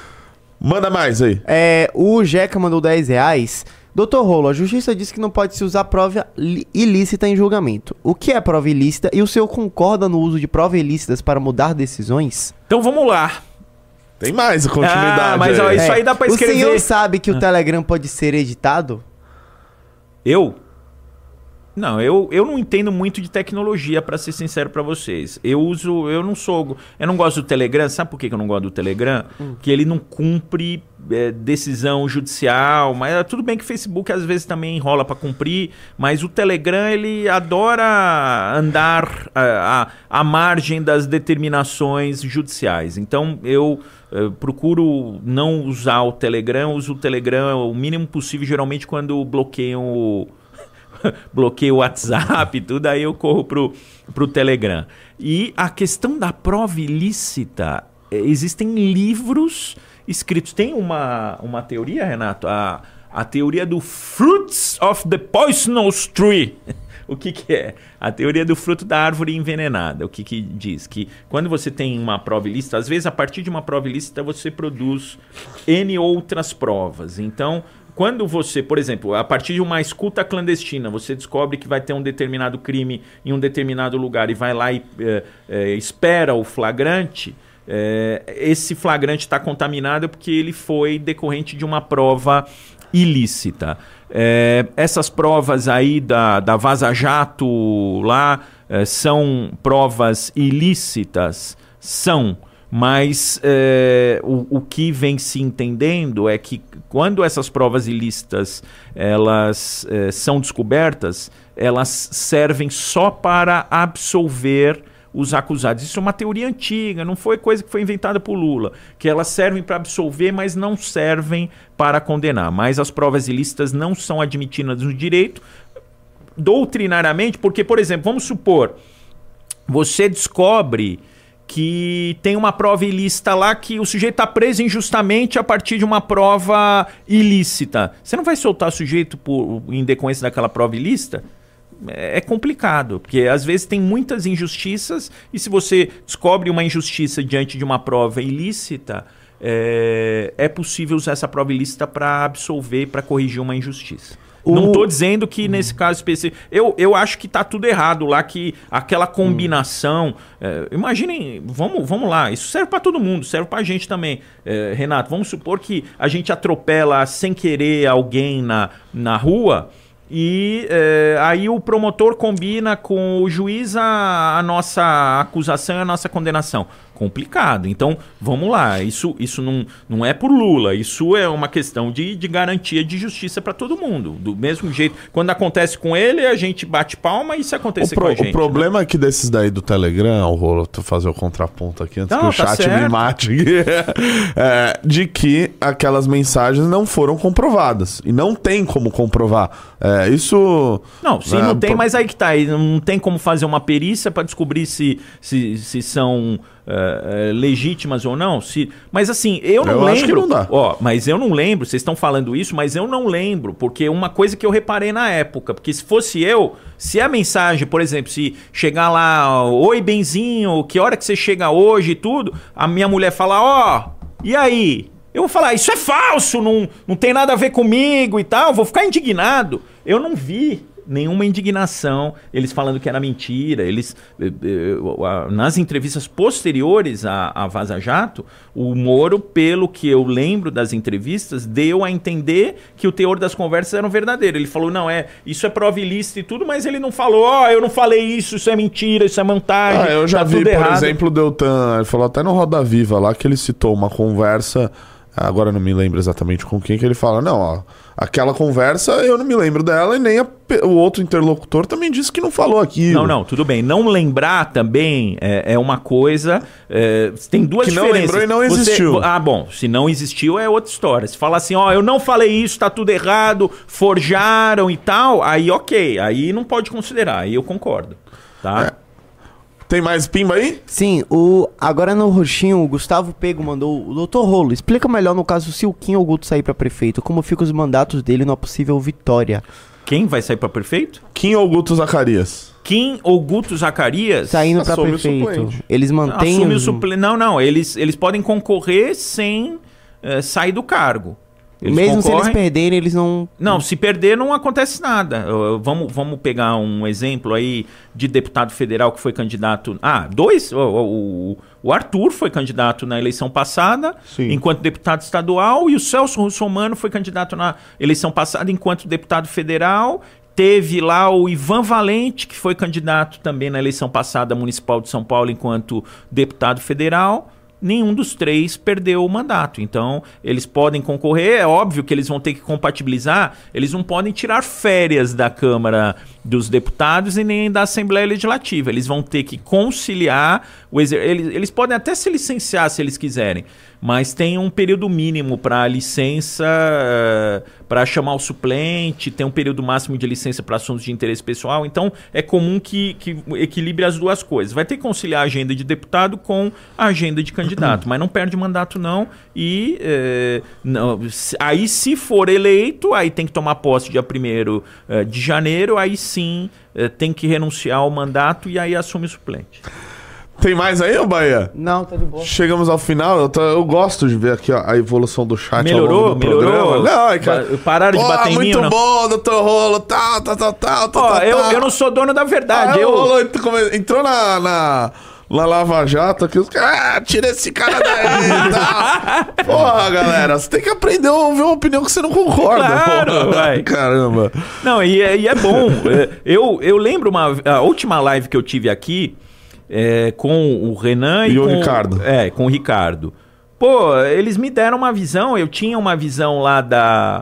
Manda mais aí. É, o Jeca mandou dez reais... doutor Rolo, a justiça diz que não pode se usar prova ilícita em julgamento. O que é prova ilícita e o senhor concorda no uso de provas ilícitas para mudar decisões? Então vamos lá. Tem mais a continuidade. Ah, mas ó, isso aí dá pra escrever. O senhor sabe que o Telegram pode ser editado? Eu? Não, eu, eu não entendo muito de tecnologia, pra ser sincero pra vocês. Eu uso, eu não sou, eu não gosto do Telegram. Sabe por que eu não gosto do Telegram? Hum. Porque ele não cumpre é, decisão judicial, mas é, tudo bem que o Facebook às vezes também enrola pra cumprir, mas o Telegram, ele adora andar à, à margem das determinações judiciais. Então eu... Eu procuro não usar o Telegram, uso o Telegram o mínimo possível, geralmente quando bloqueiam o... bloqueio o WhatsApp e tudo, aí eu corro pro, pro Telegram. E a questão da prova ilícita, existem livros escritos. Tem uma, uma teoria, Renato, a, a teoria do Fruits of the Poisonous Tree. O que que é? A teoria do fruto da árvore envenenada. O que que diz? Que quando você tem uma prova ilícita, às vezes a partir de uma prova ilícita você produz N outras provas. Então, quando você, por exemplo, a partir de uma escuta clandestina, você descobre que vai ter um determinado crime em um determinado lugar e vai lá e é, é, espera o flagrante, é, esse flagrante está contaminado porque ele foi decorrente de uma prova ilícita. É, essas provas aí da, da Vaza Jato lá é, são provas ilícitas? São. Mas é, o, o que vem se entendendo é que quando essas provas ilícitas elas, é, são descobertas, elas servem só para absolver os acusados. Isso é uma teoria antiga, não foi coisa que foi inventada por Lula, que elas servem para absolver, mas não servem para condenar. Mas as provas ilícitas não são admitidas no direito doutrinariamente, porque, por exemplo, vamos supor, você descobre que tem uma prova ilícita lá que o sujeito está preso injustamente a partir de uma prova ilícita. Você não vai soltar o sujeito por, em decorrência daquela prova ilícita? É complicado, porque às vezes tem muitas injustiças e se você descobre uma injustiça diante de uma prova ilícita, é, é possível usar essa prova ilícita para absolver, para corrigir uma injustiça. O... Não estou dizendo que nesse caso específico... Eu, eu acho que está tudo errado lá, que aquela combinação... É, imaginem, vamos, vamos lá, isso serve para todo mundo, serve para a gente também. É, Renato, vamos supor que a gente atropela sem querer alguém na, na rua... E é, aí o promotor combina com o juiz a, a nossa acusação e a nossa condenação. Complicado. Então, vamos lá. Isso, isso não, não é por Lula. Isso é uma questão de, de garantia de justiça para todo mundo. Do mesmo jeito, quando acontece com ele, a gente bate palma e se acontecer pro, com a gente. O problema né? é que desses daí do Telegram, o Rolo, tô fazer o contraponto aqui antes não, que o tá chat certo. me mate, é, de que aquelas mensagens não foram comprovadas. E não tem como comprovar. É, isso... Não, sim, né, não tem, pro... mas aí que tá. Não tem como fazer uma perícia para descobrir se, se, se são... Uh, uh, legítimas ou não, se... mas assim, eu não eu lembro. Acho que não dá. Ó, mas eu não lembro, vocês estão falando isso, mas eu não lembro, porque uma coisa que eu reparei na época, porque se fosse eu, se a mensagem, por exemplo, se chegar lá, oi Benzinho, que hora que você chega hoje e tudo, a minha mulher fala, ó, oh, e aí? Eu vou falar, isso é falso, não, não tem nada a ver comigo e tal, vou ficar indignado. Eu não vi nenhuma indignação, eles falando que era mentira, eles nas entrevistas posteriores à, à Vaza Jato, o Moro, pelo que eu lembro das entrevistas, deu a entender que o teor das conversas era verdadeiro. Ele falou, não, é, isso é prova ilícita e tudo, mas ele não falou, ó, oh, eu não falei isso, isso é mentira, isso é montagem. Ah, eu já tá vi, tudo por errado. exemplo, o Deltan, ele falou até no Roda Viva lá, que ele citou uma conversa, agora eu não me lembro exatamente com quem, que ele fala, não, ó, aquela conversa eu não me lembro dela e nem a, o outro interlocutor também disse que não falou aquilo. Não, não, tudo bem. Não lembrar também é, é uma coisa... É, tem duas que diferenças. Que não lembrou e não existiu. Você, ah, bom, se não existiu é outra história. Se fala assim, ó, eu não falei isso, tá tudo errado, forjaram e tal, aí ok, aí não pode considerar, aí eu concordo, tá? É. Tem mais pimba aí? Sim, o, agora no roxinho, o Gustavo Pego mandou... O doutor Rolo, explica melhor no caso se o Kim ou o Guto sair pra prefeito, como ficam os mandatos dele numa possível vitória. Quem vai sair pra prefeito? Kim ou Guto Zacarias? Kim ou Guto Zacarias? Saindo pra Assume prefeito. Eles mantêm... Assume o os... suplente. Não, não, eles, eles podem concorrer sem uh, sair do cargo. Eles Mesmo concorrem... se eles perderem, eles não... Não, se perder não acontece nada. Uh, vamos, vamos pegar um exemplo aí de deputado federal que foi candidato... Ah, dois? O, o, o Arthur foi candidato na eleição passada, Sim. enquanto deputado estadual, e o Celso Russomano foi candidato na eleição passada enquanto deputado federal. Teve lá o Ivan Valente, que foi candidato também na eleição passada municipal de São Paulo enquanto deputado federal. Nenhum dos três perdeu o mandato. Então, eles podem concorrer. É óbvio que eles vão ter que compatibilizar. Eles não podem tirar férias da Câmara dos Deputados e nem da Assembleia Legislativa. Eles vão ter que conciliar. O exer... eles, eles podem até se licenciar se eles quiserem, mas tem um período mínimo para licença, para chamar o suplente, tem um período máximo de licença para assuntos de interesse pessoal. Então, é comum que, que equilibre as duas coisas. Vai ter que conciliar a agenda de deputado com a agenda de candidato, mas não perde mandato não. E é, não, aí, se for eleito, aí tem que tomar posse dia primeiro de janeiro, aí sim é, tem que renunciar ao mandato e aí assume o suplente. Tem mais aí, ô Bahia? Não, tá de boa. Chegamos ao final. Eu, tô, eu gosto de ver aqui ó, a evolução do chat. Melhorou? Ao longo do Melhorou? programa. Não, é que... Pararam de oh, bater em mim? Muito não? bom, doutor Rolo. Tal, tal, tal, tal, Ó, tal, eu, tal. eu não sou dono da verdade. Ah, eu... Rolo entrou na, na, na Lava Jato, que os caras, ah, tira esse cara daí, tá? Porra, galera, você tem que aprender a ouvir uma opinião que você não concorda. Claro, vai. Caramba. Não, e, e é bom. Eu, eu lembro uma, a última live que eu tive aqui é, com o Renan e, e o com, Ricardo. É, com o Ricardo. Pô, eles me deram uma visão, eu tinha uma visão lá da...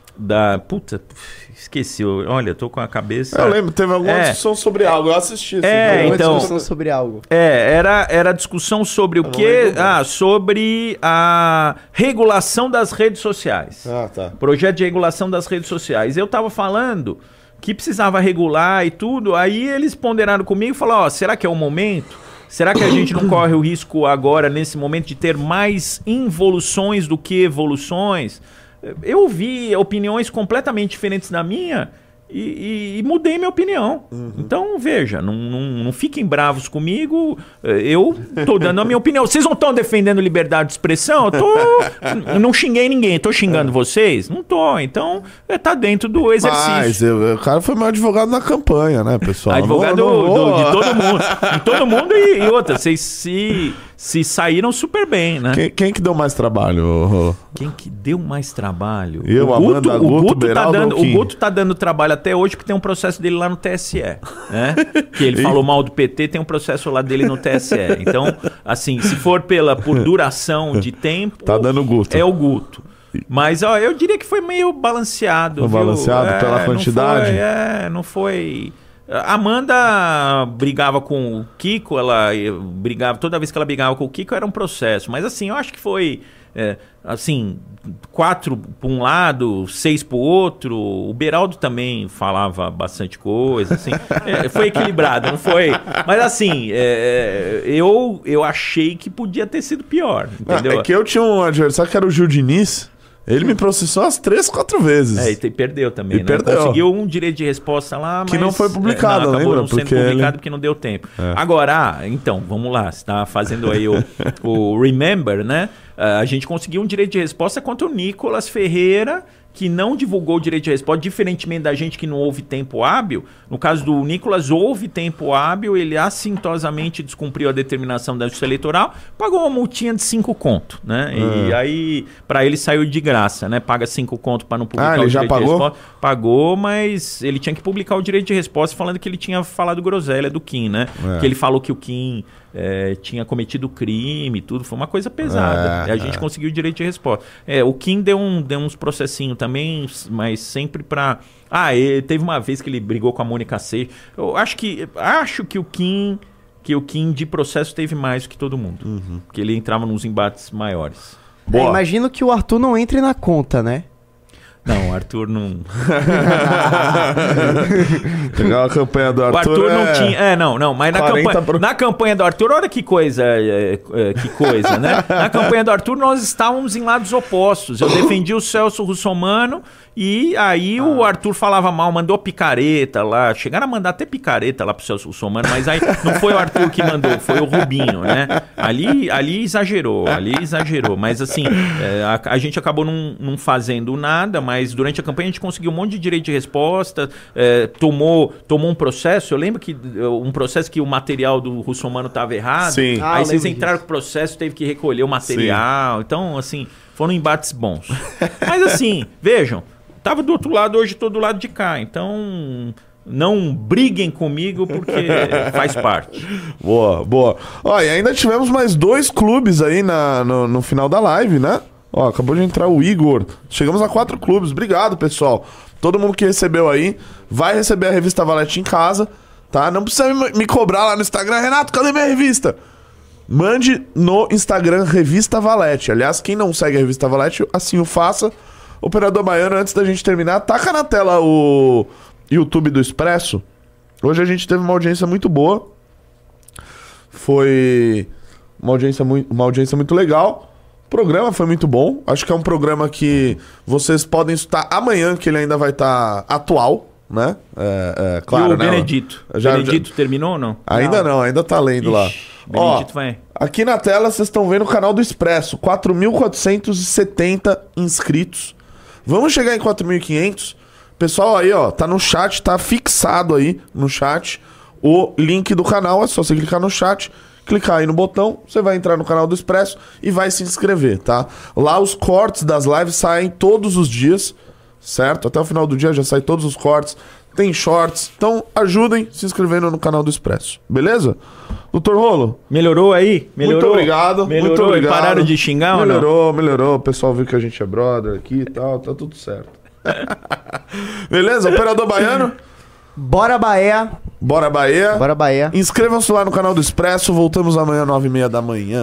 da puta... Esqueci, olha, eu tô com a cabeça... Eu lembro, teve alguma é. discussão sobre algo, eu assisti. Assim, é, Uma então... discussão sobre algo. É, era, era discussão sobre o quê? Ah, sobre a regulação das redes sociais. Ah, tá. Projeto de regulação das redes sociais. Eu tava falando que precisava regular e tudo, aí eles ponderaram comigo e falaram, ó, será que é o momento? Será que a gente não corre o risco agora, nesse momento, de ter mais involuções do que evoluções? Eu vi opiniões completamente diferentes da minha e, e, e mudei minha opinião. Uhum. Então, veja, não, não, não fiquem bravos comigo. Eu tô dando a minha opinião. Vocês não estão defendendo liberdade de expressão? Eu tô... não xinguei ninguém. Tô xingando é. vocês? Não tô. Então, tá dentro do exercício. Mas eu, o cara foi meu advogado na campanha, né, pessoal? Advogado não, não do, de todo mundo. De todo mundo e, e outra. Vocês se... se saíram super bem, né? Quem, quem que deu mais trabalho? Quem que deu mais trabalho? Eu, o Guto, Amanda, o Guto, Guto Beraldo, tá dando, ou Kim? O Guto tá dando trabalho até hoje porque tem um processo dele lá no T S E, né? Que ele falou mal do P T, tem um processo lá dele no T S E. Então, assim, se for pela, por duração de tempo... Tá dando Guto. É o Guto. Mas, ó, eu diria que foi meio balanceado. Foi balanceado é, pela quantidade? Não foi, é, não foi... A Amanda brigava com o Kiko, ela brigava, toda vez que ela brigava com o Kiko era um processo, mas assim, eu acho que foi é, assim, quatro para um lado, seis para o outro. O Beraldo também falava bastante coisa, assim, é, foi equilibrado, não foi? Mas assim, é, eu, eu achei que podia ter sido pior, entendeu? É que eu tinha um adversário que era o Gil Diniz. Ele me processou umas três, quatro vezes. É, e te, perdeu também, e né? Perdeu. Conseguiu um direito de resposta lá, mas... Que não foi publicado, é, não, acabou lembra? não sendo porque publicado ele... porque não deu tempo. É. Agora, ah, então, vamos lá. Você está fazendo aí o, o Remember, né? Uh, a gente conseguiu um direito de resposta contra o Nicolas Ferreira, que não divulgou o direito de resposta, diferentemente da gente que não houve tempo hábil. No caso do Nicolas, houve tempo hábil, ele assintosamente descumpriu a determinação da Justiça Eleitoral, pagou uma multinha de cinco conto, né? E é. aí, para ele saiu de graça, né? Paga cinco conto para não publicar ah, ele o já direito pagou? de resposta. Pagou, mas ele tinha que publicar o direito de resposta falando que ele tinha falado groselha do Kim, né? É. Que ele falou que o Kim... É, tinha cometido crime e tudo, foi uma coisa pesada. É, e a gente é. conseguiu o direito de resposta. É, o Kim deu, um, deu uns processinhos também, mas sempre pra... Ah, ele, teve uma vez que ele brigou com a Mônica Seixas. Eu acho que, acho que o Kim... que o Kim de processo teve mais que todo mundo. Uhum. Porque ele entrava nos embates maiores. É, imagino que o Arthur não entre na conta, né? Não, o Arthur não... Legal a campanha do Arthur. O Arthur é... não tinha... É, não, não. Mas na campanha, pro... na campanha do Arthur, olha que coisa, é, é, que coisa, né? Na campanha do Arthur, nós estávamos em lados opostos. Eu defendi o Celso Russomano e aí ah. o Arthur falava mal, mandou picareta lá. Chegaram a mandar até picareta lá pro Celso Russomano, mas aí não foi o Arthur que mandou, foi o Rubinho, né? Ali, ali exagerou, ali exagerou. Mas assim, é, a, a gente acabou não, não fazendo nada, mas Mas durante a campanha a gente conseguiu um monte de direito de resposta, é, tomou, tomou um processo. Eu lembro que um processo que o material do Russomano estava errado. Sim. Aí ah, vocês entraram disso. com o processo, teve que recolher o material. Sim. Então, assim, foram embates bons. Mas assim, vejam, tava do outro lado, hoje tô do lado de cá. Então... não briguem comigo porque faz parte. Boa, boa. Ó, e ainda tivemos mais dois clubes aí na, no, no final da live, né? Ó, acabou de entrar o Igor. Chegamos a quatro clubes. Obrigado, pessoal. Todo mundo que recebeu aí vai receber a revista Valete em casa, tá? Não precisa me, me cobrar lá no Instagram. Renato, cadê minha revista? Mande no Instagram Revista Valete. Aliás, quem não segue a Revista Valete, assim o faça. Operador Baiano, antes da gente terminar, taca na tela o YouTube do Expresso. Hoje a gente teve uma audiência muito boa. Foi uma audiência muito, uma audiência muito legal. O programa foi muito bom. Acho que é um programa que vocês podem escutar amanhã, que ele ainda vai estar tá atual, né? É, é, claro, e o né? Benedito? Já, Benedito já... terminou ou não? Ainda não, não ainda tá lendo. Ixi, lá. Benedito Ó, vai... Aqui na tela vocês estão vendo o canal do Expresso. quatro mil quatrocentos e setenta inscritos. Vamos chegar em quatro mil e quinhentos. Pessoal aí, ó, tá no chat, tá fixado aí no chat o link do canal. É só você clicar no chat clicar aí no botão, você vai entrar no canal do Expresso e vai se inscrever, tá? Lá os cortes das lives saem todos os dias, certo? Até o final do dia já sai todos os cortes, tem shorts, então ajudem se inscrevendo no canal do Expresso, beleza? Doutor Rolo? Melhorou aí? Melhorou? Muito obrigado, Melhorou muito obrigado. E pararam de xingar ou não? Melhorou, melhorou, o pessoal viu que a gente é brother aqui e tal, tá tudo certo. Beleza? Operador Baiano? Bora, Bahia. Bora Bahia. Bora, Bahia. Inscrevam-se lá no canal do Expresso. Voltamos amanhã, nove e meia da manhã.